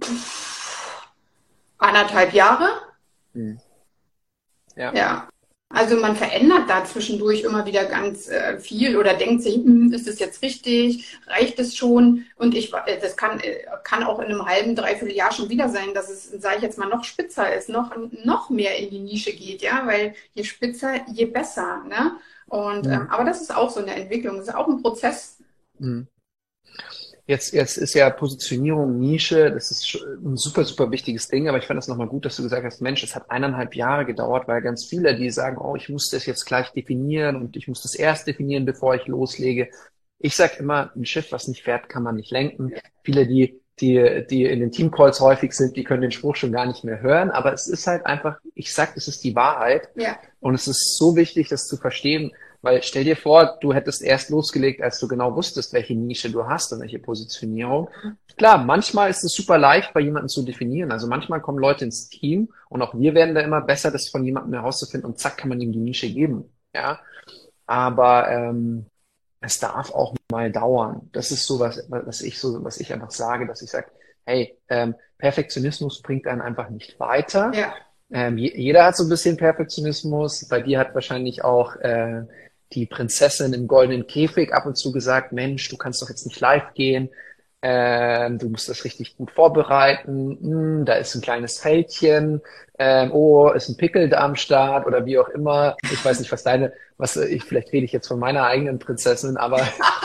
1,5 Jahre. Hm. Ja. Ja. Also man verändert da zwischendurch immer wieder ganz viel oder denkt sich, ist es jetzt richtig, reicht es schon? Und das kann auch in einem halben, dreiviertel Jahr schon wieder sein, dass es, sage ich jetzt mal, noch spitzer ist, noch mehr in die Nische geht, ja, weil je spitzer, je besser, ne? Und aber das ist auch so eine Entwicklung, das ist auch ein Prozess. Hm. Jetzt ist ja Positionierung, Nische, das ist ein super, super wichtiges Ding, aber ich fand das nochmal gut, dass du gesagt hast, Mensch, es hat 1,5 Jahre gedauert, weil ganz viele, die sagen, oh, ich muss das jetzt gleich definieren und ich muss das erst definieren, bevor ich loslege. Ich sag immer, ein Schiff, was nicht fährt, kann man nicht lenken. Viele, die in den Teamcalls häufig sind, die können den Spruch schon gar nicht mehr hören, aber es ist halt einfach, ich sag, es ist die Wahrheit. Ja. Und es ist so wichtig, das zu verstehen, weil stell dir vor, du hättest erst losgelegt, als du genau wusstest, welche Nische du hast und welche Positionierung. Klar, manchmal ist es super leicht, bei jemandem zu definieren. Also manchmal kommen Leute ins Team und auch wir werden da immer besser, das von jemandem herauszufinden und zack, kann man ihm die Nische geben. Ja, aber es darf auch mal dauern. Das ist so was ich einfach sage, dass ich sage, hey, Perfektionismus bringt einen einfach nicht weiter. Ja. Jeder hat so ein bisschen Perfektionismus. Bei dir hat wahrscheinlich auch die Prinzessin im goldenen Käfig ab und zu gesagt, Mensch, du kannst doch jetzt nicht live gehen. Du musst das richtig gut vorbereiten. Da ist ein kleines Fältchen. Oh, ist ein Pickel da am Start oder wie auch immer. Ich weiß nicht, vielleicht rede ich jetzt von meiner eigenen Prinzessin, aber,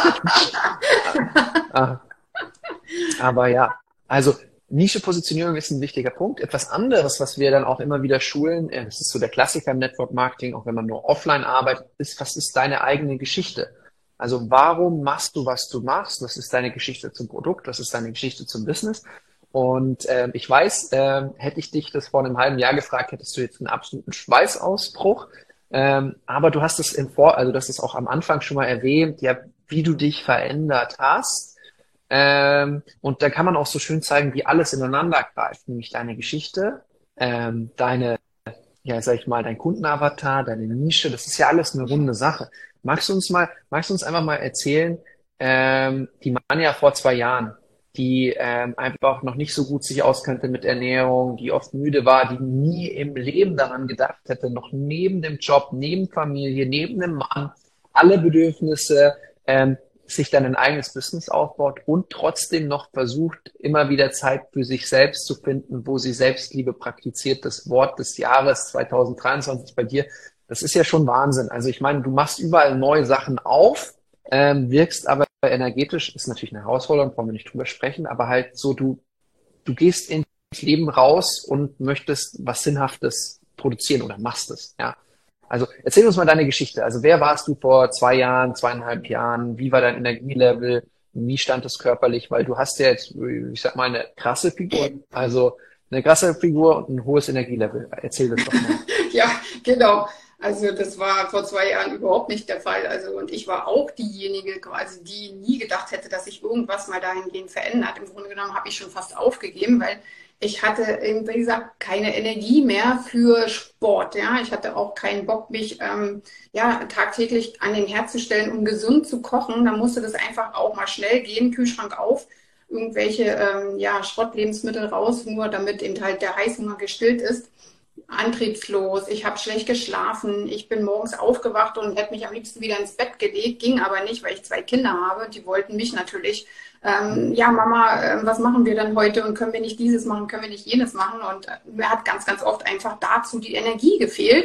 aber ja, also Nische-Positionierung ist ein wichtiger Punkt. Etwas anderes, was wir dann auch immer wieder schulen, das ist so der Klassiker im Network Marketing, auch wenn man nur offline arbeitet, ist, was ist deine eigene Geschichte? Also warum machst du, was du machst? Was ist deine Geschichte zum Produkt? Was ist deine Geschichte zum Business? Und ich weiß, hätte ich dich das vor einem halben Jahr gefragt, hättest du jetzt einen absoluten Schweißausbruch. Aber du hast es also das ist auch am Anfang schon mal erwähnt, ja, wie du dich verändert hast. Und da kann man auch so schön zeigen, wie alles ineinander greift, nämlich deine Geschichte, sag ich mal, dein Kundenavatar, deine Nische, das ist ja alles eine runde Sache. Magst du uns einfach mal erzählen, die Manja vor 2 Jahren, die einfach noch nicht so gut sich auskannte mit Ernährung, die oft müde war, die nie im Leben daran gedacht hätte, noch neben dem Job, neben Familie, neben dem Mann, alle Bedürfnisse, sich dann ein eigenes Business aufbaut und trotzdem noch versucht, immer wieder Zeit für sich selbst zu finden, wo sie Selbstliebe praktiziert. Das Wort des Jahres 2023 bei dir, das ist ja schon Wahnsinn. Also ich meine, du machst überall neue Sachen auf, wirkst aber energetisch, ist natürlich eine Herausforderung, brauchen wir nicht drüber sprechen, aber halt so, du gehst ins Leben raus und möchtest was Sinnhaftes produzieren oder machst es, ja. Also erzähl uns mal deine Geschichte. Also wer warst du vor 2 Jahren, 2,5 Jahren? Wie war dein Energielevel? Wie stand es körperlich? Weil du hast ja jetzt, ich sag mal, eine krasse Figur. Also eine krasse Figur und ein hohes Energielevel. Erzähl das doch mal. Ja, genau. Also das war vor 2 Jahren überhaupt nicht der Fall. Also und ich war auch diejenige quasi, die nie gedacht hätte, dass sich irgendwas mal dahingehend verändert. Im Grunde genommen habe ich schon fast aufgegeben, weil ich hatte, wie gesagt, keine Energie mehr für Sport. Ja, ich hatte auch keinen Bock, mich tagtäglich an den Herd zu stellen, um gesund zu kochen. Da musste das einfach auch mal schnell gehen, Kühlschrank auf, irgendwelche Schrottlebensmittel raus, nur damit eben halt der Heißhunger gestillt ist. Antriebslos, ich habe schlecht geschlafen, ich bin morgens aufgewacht und hätte mich am liebsten wieder ins Bett gelegt, ging aber nicht, weil ich 2 Kinder habe. Die wollten mich natürlich, Mama, was machen wir dann heute und können wir nicht dieses machen, können wir nicht jenes machen, und mir hat ganz, ganz oft einfach dazu die Energie gefehlt.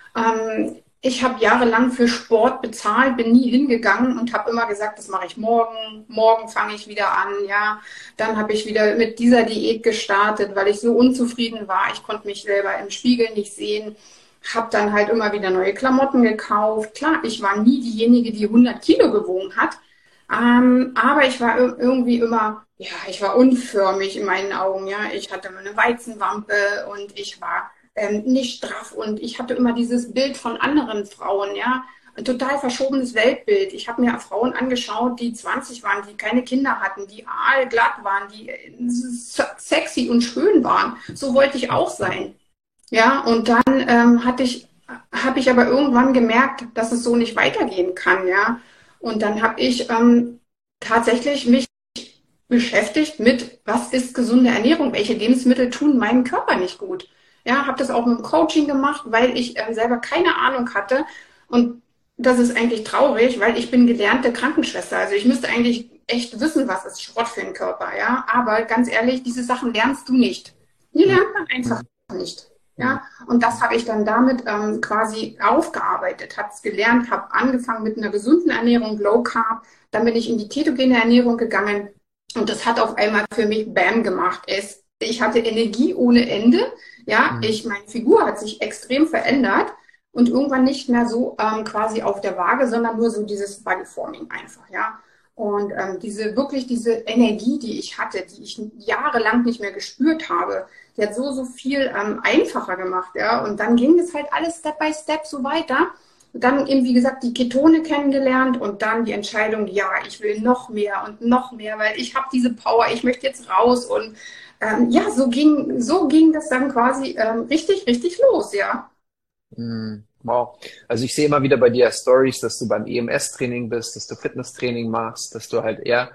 Ich habe jahrelang für Sport bezahlt, bin nie hingegangen und habe immer gesagt, das mache ich morgen. Morgen fange ich wieder an. Ja, dann habe ich wieder mit dieser Diät gestartet, weil ich so unzufrieden war. Ich konnte mich selber im Spiegel nicht sehen. Habe dann halt immer wieder neue Klamotten gekauft. Klar, ich war nie diejenige, die 100 Kilo gewogen hat. Aber ich war irgendwie immer, ich war unförmig in meinen Augen. Ja, ich hatte eine Weizenwampe und ich war nicht straff, und ich hatte immer dieses Bild von anderen Frauen, ja, ein total verschobenes Weltbild. Ich habe mir Frauen angeschaut, die 20 waren, die keine Kinder hatten, die aalglatt waren, die sexy und schön waren. So wollte ich auch sein. Ja, und dann habe ich aber irgendwann gemerkt, dass es so nicht weitergehen kann, ja. Und dann habe ich tatsächlich mich beschäftigt mit, was ist gesunde Ernährung, welche Lebensmittel tun meinem Körper nicht gut. Ja, habe das auch mit dem Coaching gemacht, weil ich selber keine Ahnung hatte. Und das ist eigentlich traurig, weil ich bin gelernte Krankenschwester. Also ich müsste eigentlich echt wissen, was ist Schrott für den Körper. Ja, aber ganz ehrlich, diese Sachen lernst du nicht. Die lernt man einfach nicht. Ja, und das habe ich dann damit quasi aufgearbeitet, habe es gelernt, habe angefangen mit einer gesunden Ernährung, Low Carb, dann bin ich in die ketogene Ernährung gegangen und das hat auf einmal für mich Bam gemacht. Ich hatte Energie ohne Ende, ja, meine Figur hat sich extrem verändert und irgendwann nicht mehr so quasi auf der Waage, sondern nur so dieses Bodyforming einfach, ja. Und diese Energie, die ich hatte, die ich jahrelang nicht mehr gespürt habe, die hat so viel einfacher gemacht, ja. Und dann ging es halt alles Step by Step so weiter. Und dann eben, wie gesagt, die Ketone kennengelernt und dann die Entscheidung, ja, ich will noch mehr und noch mehr, weil ich habe diese Power, ich möchte jetzt raus. Und ja, so ging das dann quasi richtig los, ja. Wow. Also ich sehe immer wieder bei dir Stories, dass du beim EMS-Training bist, dass du Fitnesstraining machst, dass du halt eher,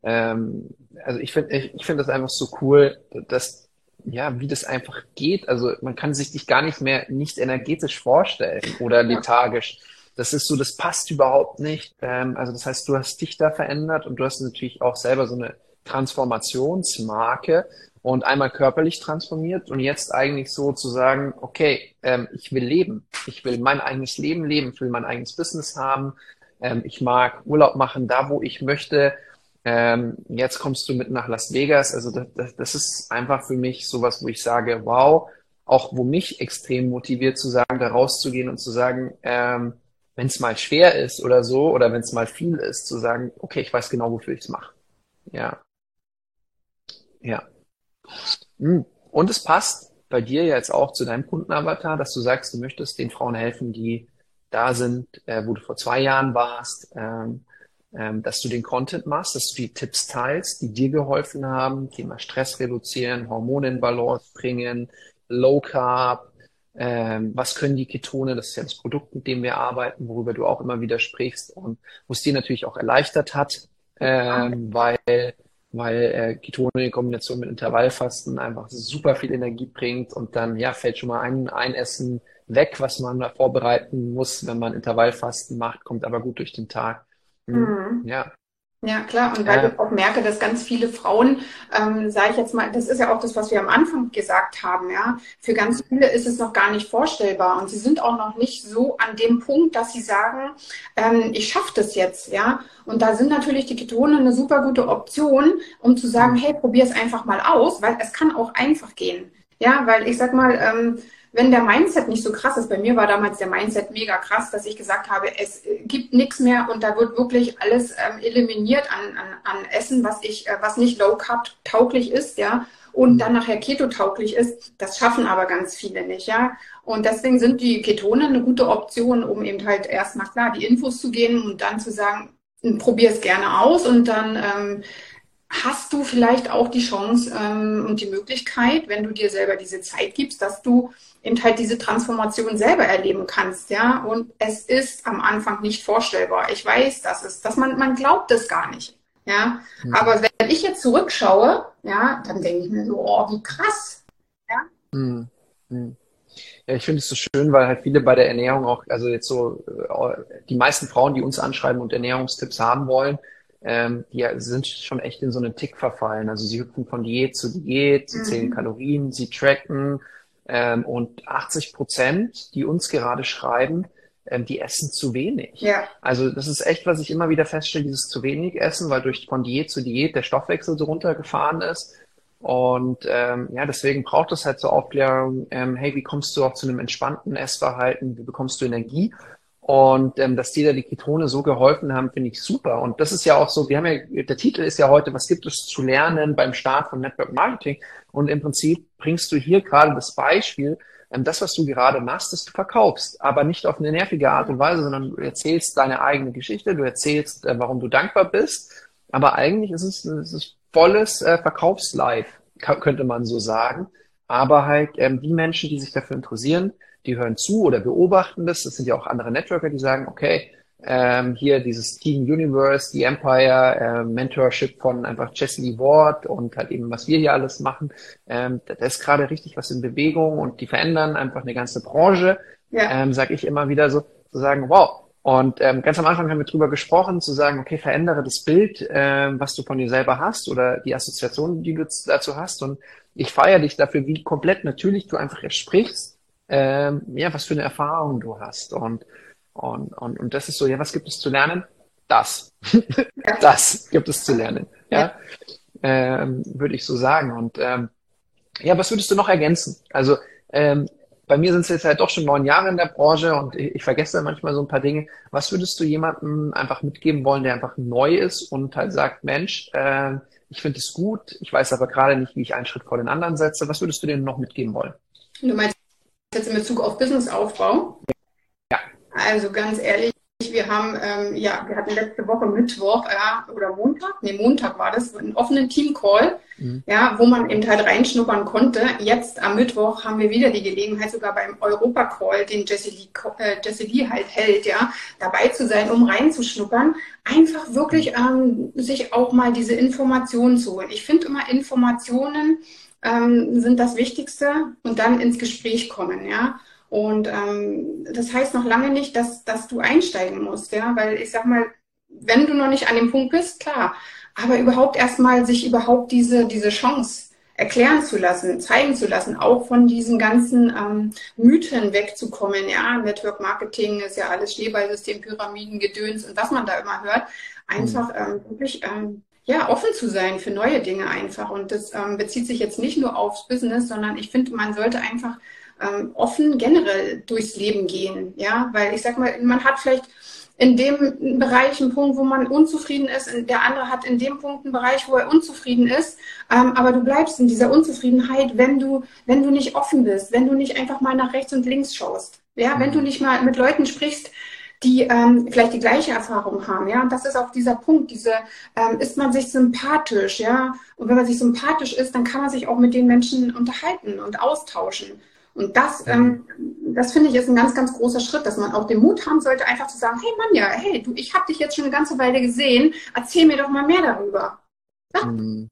also ich finde das einfach so cool, dass, ja, wie das einfach geht. Also man kann sich dich gar nicht mehr nicht energetisch vorstellen oder lethargisch. Das ist so, das passt überhaupt nicht. Also das heißt, du hast dich da verändert und du hast natürlich auch selber so eine Transformationsmarke und einmal körperlich transformiert und jetzt eigentlich so zu sagen, okay, ich will leben. Ich will mein eigenes Leben leben. Ich will mein eigenes Business haben. Ich mag Urlaub machen, da wo ich möchte. Jetzt kommst du mit nach Las Vegas. Also das ist einfach für mich sowas, wo ich sage, wow, auch wo mich extrem motiviert zu sagen, da rauszugehen und zu sagen, wenn es mal schwer ist oder so, oder wenn es mal viel ist, zu sagen, okay, ich weiß genau, wofür ich es mache. Ja, ja. Und es passt bei dir jetzt auch zu deinem Kundenavatar, dass du sagst, du möchtest den Frauen helfen, die da sind, wo du vor 2 Jahren warst, dass du den Content machst, dass du die Tipps teilst, die dir geholfen haben, Thema Stress reduzieren, Hormone in Balance bringen, Low Carb, was können die Ketone, das ist ja das Produkt, mit dem wir arbeiten, worüber du auch immer wieder sprichst und wo es dir natürlich auch erleichtert hat, weil Ketone in Kombination mit Intervallfasten einfach super viel Energie bringt und dann ja fällt schon mal ein Essen weg, was man da vorbereiten muss, wenn man Intervallfasten macht, kommt aber gut durch den Tag. Mhm. Ja. Ja, klar. Und weil ich auch merke, dass ganz viele Frauen, sage ich jetzt mal, das ist ja auch das, was wir am Anfang gesagt haben, ja. Für ganz viele ist es noch gar nicht vorstellbar. Und sie sind auch noch nicht so an dem Punkt, dass sie sagen, ich schaffe das jetzt, ja. Und da sind natürlich die Ketone eine super gute Option, um zu sagen, hey, probier es einfach mal aus, weil es kann auch einfach gehen. Ja, weil ich sag mal, wenn der Mindset nicht so krass ist, bei mir war damals der Mindset mega krass, dass ich gesagt habe, es gibt nichts mehr und da wird wirklich alles eliminiert an Essen, was nicht Low Carb tauglich ist, ja, und dann nachher Keto tauglich ist. Das schaffen aber ganz viele nicht, ja. Und deswegen sind die Ketone eine gute Option, um eben halt erstmal klar die Infos zu geben und dann zu sagen, probier es gerne aus und dann hast du vielleicht auch die Chance und die Möglichkeit, wenn du dir selber diese Zeit gibst, dass du eben halt diese Transformation selber erleben kannst, ja. Und es ist am Anfang nicht vorstellbar. Ich weiß, dass man glaubt es gar nicht, ja. Aber wenn ich jetzt zurückschaue, ja, dann denke ich mir so, oh, wie krass, ja. Mhm. Ja, ich finde es so schön, weil halt viele bei der Ernährung auch, also jetzt so, die meisten Frauen, die uns anschreiben und Ernährungstipps haben wollen, die sind schon echt in so einen Tick verfallen. Also sie hüpfen von Diät zu Diät, sie zählen Kalorien, sie tracken, und 80%, die uns gerade schreiben, die essen zu wenig. Ja. Also das ist echt, was ich immer wieder feststelle, dieses zu wenig Essen, weil durch von Diät zu Diät der Stoffwechsel so runtergefahren ist. Und ja, deswegen braucht es halt so Aufklärung, hey, wie kommst du auch zu einem entspannten Essverhalten, wie bekommst du Energie? Und dass dir da die Ketone so geholfen haben, finde ich super. Und das ist ja auch so, wir haben ja, der Titel ist ja heute, was gibt es zu lernen beim Start von Network Marketing? Und im Prinzip bringst du hier gerade das Beispiel, das, was du gerade machst, dass du verkaufst, aber nicht auf eine nervige Art und Weise, sondern du erzählst deine eigene Geschichte, du erzählst, warum du dankbar bist. Aber eigentlich ist es volles Verkaufslife, könnte man so sagen. Aber halt die Menschen, die sich dafür interessieren, die hören zu oder beobachten das. Das sind ja auch andere Networker, die sagen, okay, hier dieses Team Universe, die Empire, Mentorship von einfach Jessie Lee Ward und halt eben, was wir hier alles machen. Da ist gerade richtig was in Bewegung und die verändern einfach eine ganze Branche. Ja. Sag ich immer wieder so, zu sagen, wow. Und ganz am Anfang haben wir drüber gesprochen, zu sagen, okay, verändere das Bild, was du von dir selber hast oder die Assoziation, die du dazu hast. Und ich feiere dich dafür, wie komplett natürlich du einfach sprichst, ja, was für eine Erfahrung du hast. Und das ist so, ja, was gibt es zu lernen? Das. Ja. Das gibt es zu lernen. Ja, würde ich so sagen. Und ja, was würdest du noch ergänzen? Also bei mir sind es jetzt halt doch schon 9 Jahre in der Branche und ich vergesse manchmal so ein paar Dinge. Was würdest du jemandem einfach mitgeben wollen, der einfach neu ist und halt sagt, Mensch, ich finde es gut, ich weiß aber gerade nicht, wie ich einen Schritt vor den anderen setze. Was würdest du denen noch mitgeben wollen? Du meinst jetzt in Bezug auf Businessaufbau? Ja. Also ganz ehrlich, wir haben, wir hatten letzte Woche Mittwoch oder Montag, nee, Montag war das, einen offenen Team-Call, ja, wo man eben halt reinschnuppern konnte. Jetzt am Mittwoch haben wir wieder die Gelegenheit, sogar beim Europa-Call, den Jessie Lee halt hält, ja, dabei zu sein, um reinzuschnuppern. Einfach wirklich sich auch mal diese Informationen zu holen. Ich finde immer, Informationen sind das Wichtigste und dann ins Gespräch kommen, ja. Und das heißt noch lange nicht, dass du einsteigen musst, ja, weil ich sag mal, wenn du noch nicht an dem Punkt bist, klar, aber überhaupt erstmal sich überhaupt diese Chance erklären zu lassen, zeigen zu lassen, auch von diesen ganzen Mythen wegzukommen, ja, Network Marketing ist ja alles Schneeballsystem, Pyramiden, Gedöns und was man da immer hört, einfach wirklich ja, offen zu sein für neue Dinge einfach. Und das bezieht sich jetzt nicht nur aufs Business, sondern ich finde, man sollte einfach offen generell durchs Leben gehen, ja, weil ich sag mal, man hat vielleicht in dem Bereich einen Punkt, wo man unzufrieden ist, und der andere hat in dem Punkt einen Bereich, wo er unzufrieden ist, aber du bleibst in dieser Unzufriedenheit, wenn du nicht offen bist, wenn du nicht einfach mal nach rechts und links schaust, ja, wenn du nicht mal mit Leuten sprichst, die vielleicht die gleiche Erfahrung haben, ja, und das ist auch dieser Punkt, ist man sich sympathisch, ja, und wenn man sich sympathisch ist, dann kann man sich auch mit den Menschen unterhalten und austauschen. Und das finde ich ist ein ganz, ganz großer Schritt, dass man auch den Mut haben sollte, einfach zu sagen, hey Manja, hey, du, ich habe dich jetzt schon eine ganze Weile gesehen, erzähl mir doch mal mehr darüber. Ja?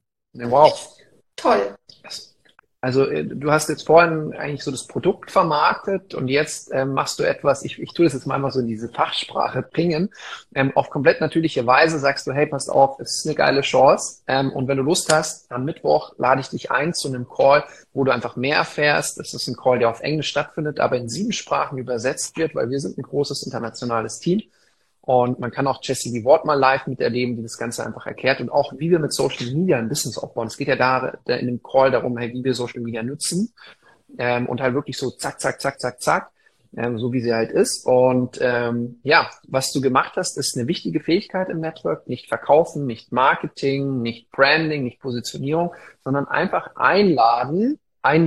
Wow. Toll. Also du hast jetzt vorhin eigentlich so das Produkt vermarktet und jetzt machst du etwas, ich tue das jetzt mal einfach so in diese Fachsprache bringen, auf komplett natürliche Weise sagst du, hey, passt auf, es ist eine geile Chance und wenn du Lust hast, am Mittwoch lade ich dich ein zu einem Call, wo du einfach mehr erfährst. Das ist ein Call, der auf Englisch stattfindet, aber in 7 Sprachen übersetzt wird, weil wir sind ein großes internationales Team. Und man kann auch Jessie Lee Ward mal live miterleben, die das Ganze einfach erklärt und auch, wie wir mit Social Media ein Business aufbauen. Es geht ja da in dem Call darum, hey, wie wir Social Media nutzen und halt wirklich so zack, zack, zack, zack, zack, so wie sie halt ist. Und ja, was du gemacht hast, ist eine wichtige Fähigkeit im Network. Nicht verkaufen, nicht Marketing, nicht Branding, nicht Positionierung, sondern einfach einladen,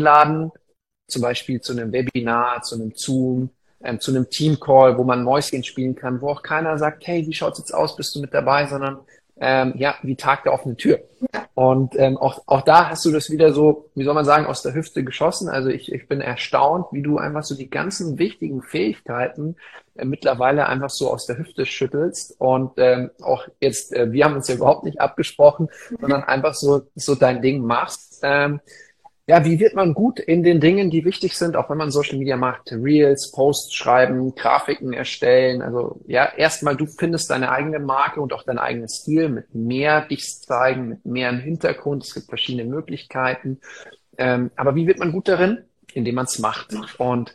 zum Beispiel zu einem Webinar, zu einem Zoom, zu einem Team-Call, wo man Mäuschen spielen kann, wo auch keiner sagt, hey, wie schaut's jetzt aus, bist du mit dabei, sondern ja, wie Tag der offenen Tür. Und auch da hast du das wieder so, wie soll man sagen, aus der Hüfte geschossen. Also ich bin erstaunt, wie du einfach so die ganzen wichtigen Fähigkeiten mittlerweile einfach so aus der Hüfte schüttelst. Und auch jetzt, wir haben uns ja überhaupt nicht abgesprochen, sondern einfach so dein Ding machst. Ja, wie wird man gut in den Dingen, die wichtig sind, auch wenn man Social Media macht, Reels, Posts schreiben, Grafiken erstellen. Also ja, erstmal du findest deine eigene Marke und auch deinen eigenen Stil mit mehr dich zeigen, mit mehr im Hintergrund. Es gibt verschiedene Möglichkeiten. Aber wie wird man gut darin? Indem man es macht. Und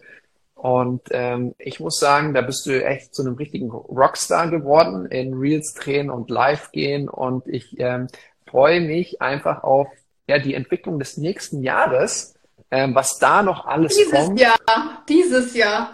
ich muss sagen, da bist du echt zu einem richtigen Rockstar geworden in Reels drehen und live gehen. Und ich freue mich einfach auf die Entwicklung des nächsten Jahres, was da noch alles kommt. Dieses Jahr.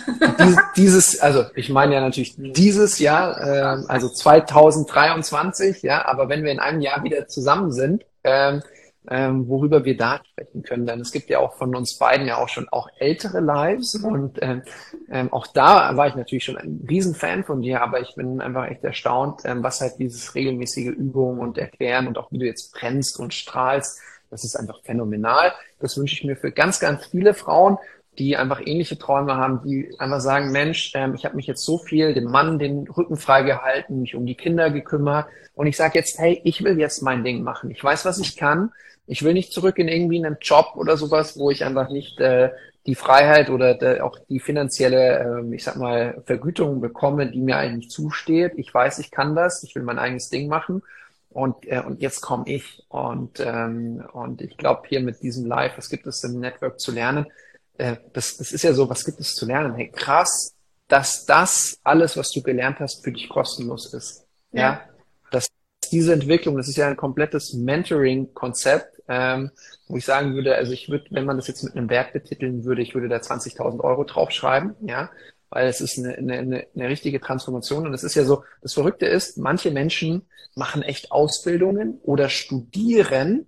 Also ich meine ja natürlich dieses Jahr, also 2023, ja, aber wenn wir in einem Jahr wieder zusammen sind, worüber wir da sprechen können, denn es gibt ja auch von uns beiden ja auch schon auch ältere Lives und auch da war ich natürlich schon ein Riesenfan von dir, aber ich bin einfach echt erstaunt, was halt dieses regelmäßige Übung und Erklären und auch wie du jetzt brennst und strahlst, das ist einfach phänomenal. Das wünsche ich mir für ganz, ganz viele Frauen die einfach ähnliche Träume haben, die einfach sagen, Mensch, ich habe mich jetzt so viel dem Mann den Rücken frei gehalten, mich um die Kinder gekümmert und ich sage jetzt, hey, ich will jetzt mein Ding machen. Ich weiß, was ich kann. Ich will nicht zurück in irgendwie einen Job oder sowas, wo ich einfach nicht die Freiheit oder auch die finanzielle, ich sag mal, Vergütung bekomme, die mir eigentlich zusteht. Ich weiß, ich kann das. Ich will mein eigenes Ding machen. Und jetzt komme ich. Und ich glaube, hier mit diesem Live, was gibt es im Network zu lernen? Das ist ja so, was gibt es zu lernen? Hey, krass, dass das alles, was du gelernt hast, für dich kostenlos ist. Ja. Dass diese Entwicklung, das ist ja ein komplettes Mentoring-Konzept, wo ich sagen würde, also ich würde, wenn man das jetzt mit einem Wert betiteln würde, ich würde da 20.000 Euro draufschreiben, ja, weil es ist eine richtige Transformation. Und es ist ja so, das Verrückte ist, manche Menschen machen echt Ausbildungen oder studieren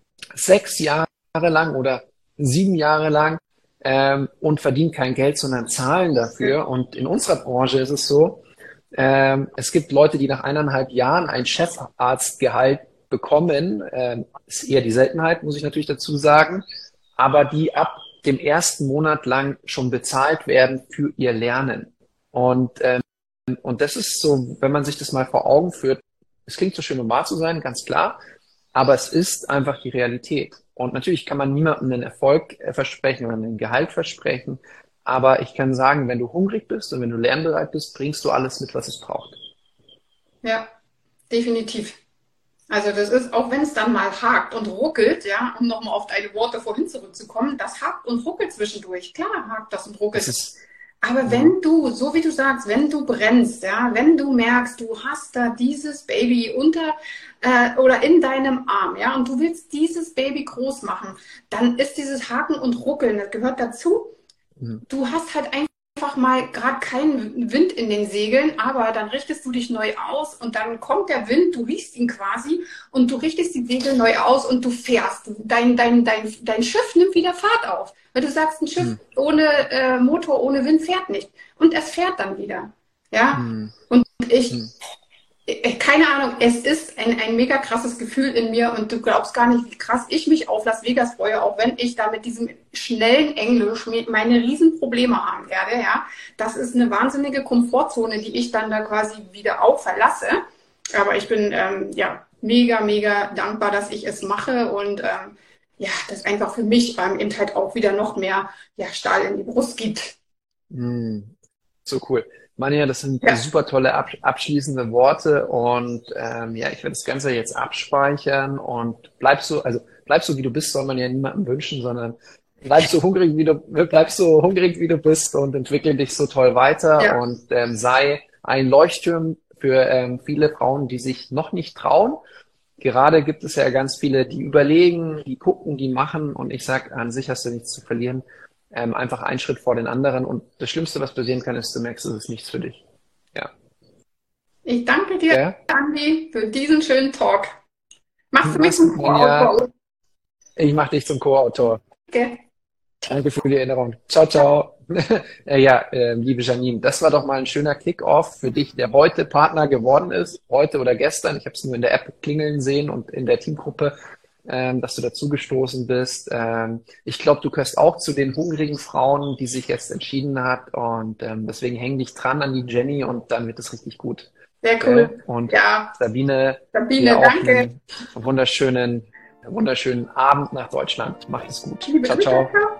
6 Jahre lang oder 7 Jahre lang und verdienen kein Geld, sondern zahlen dafür. Und in unserer Branche ist es so, es gibt Leute, die nach 1,5 Jahren ein Chefarztgehalt bekommen, ist eher die Seltenheit, muss ich natürlich dazu sagen, aber die ab dem ersten Monat lang schon bezahlt werden für ihr Lernen. Und das ist so, wenn man sich das mal vor Augen führt, es klingt so schön, um wahr zu sein, ganz klar, aber es ist einfach die Realität. Und natürlich kann man niemandem einen Erfolg versprechen oder einen Gehalt versprechen, aber ich kann sagen, wenn du hungrig bist und wenn du lernbereit bist, bringst du alles mit, was es braucht. Ja, definitiv. Also das ist, auch wenn es dann mal hakt und ruckelt, ja, um nochmal auf deine Worte vorhin zurückzukommen, das hakt und ruckelt zwischendurch. Klar hakt das und ruckelt. Aber wenn du, so wie du sagst, wenn du brennst, ja, wenn du merkst, du hast da dieses Baby unter oder in deinem Arm, ja, und du willst dieses Baby groß machen, dann ist dieses Haken und Ruckeln, das gehört dazu. Du hast halt einfach mal gerade keinen Wind in den Segeln, aber dann richtest du dich neu aus und dann kommt der Wind, du riechst ihn quasi und du richtest die Segel neu aus und du fährst. Dein Schiff nimmt wieder Fahrt auf. Weil du sagst, ein Schiff ohne Motor, ohne Wind fährt nicht. Und es fährt dann wieder. Ja. Und keine Ahnung, es ist ein mega krasses Gefühl in mir und du glaubst gar nicht, wie krass ich mich auf Las Vegas freue, auch wenn ich da mit diesem schnellen Englisch meine Riesenprobleme haben werde, ja. Das ist eine wahnsinnige Komfortzone, die ich dann da quasi wieder auch verlasse. Aber ich bin, mega, mega dankbar, dass ich es mache und, das einfach für mich eben halt auch wieder noch mehr, Stahl in die Brust gibt. So cool. Manja, das sind super tolle abschließende Worte und ich werde das Ganze jetzt abspeichern und bleib so, wie du bist, soll man ja niemandem wünschen, sondern bleib so hungrig, wie du bist und entwickle dich so toll weiter und sei ein Leuchtturm für viele Frauen, die sich noch nicht trauen. Gerade gibt es ja ganz viele, die überlegen, die gucken, die machen und ich sag, an sich hast du nichts zu verlieren. Einfach einen Schritt vor den anderen und das Schlimmste, was passieren kann, ist, du merkst, es ist nichts für dich. Ja. Ich danke dir, Andi, für diesen schönen Talk. Machst du mich zum Co-Autor? Ich mache dich zum Co-Autor. Okay. Danke für die Erinnerung. Ciao, ciao. Liebe Janine, das war doch mal ein schöner Kick-Off für dich, der heute Partner geworden ist, heute oder gestern. Ich habe es nur in der App klingeln sehen und in der Teamgruppe, dass du dazugestoßen bist. Ich glaube, du gehörst auch zu den hungrigen Frauen, die sich jetzt entschieden hat und deswegen häng dich dran an die Jenny und dann wird es richtig gut. Sehr cool. Und Sabine, danke. Einen wunderschönen Abend nach Deutschland. Mach es gut. Liebe ciao, ciao.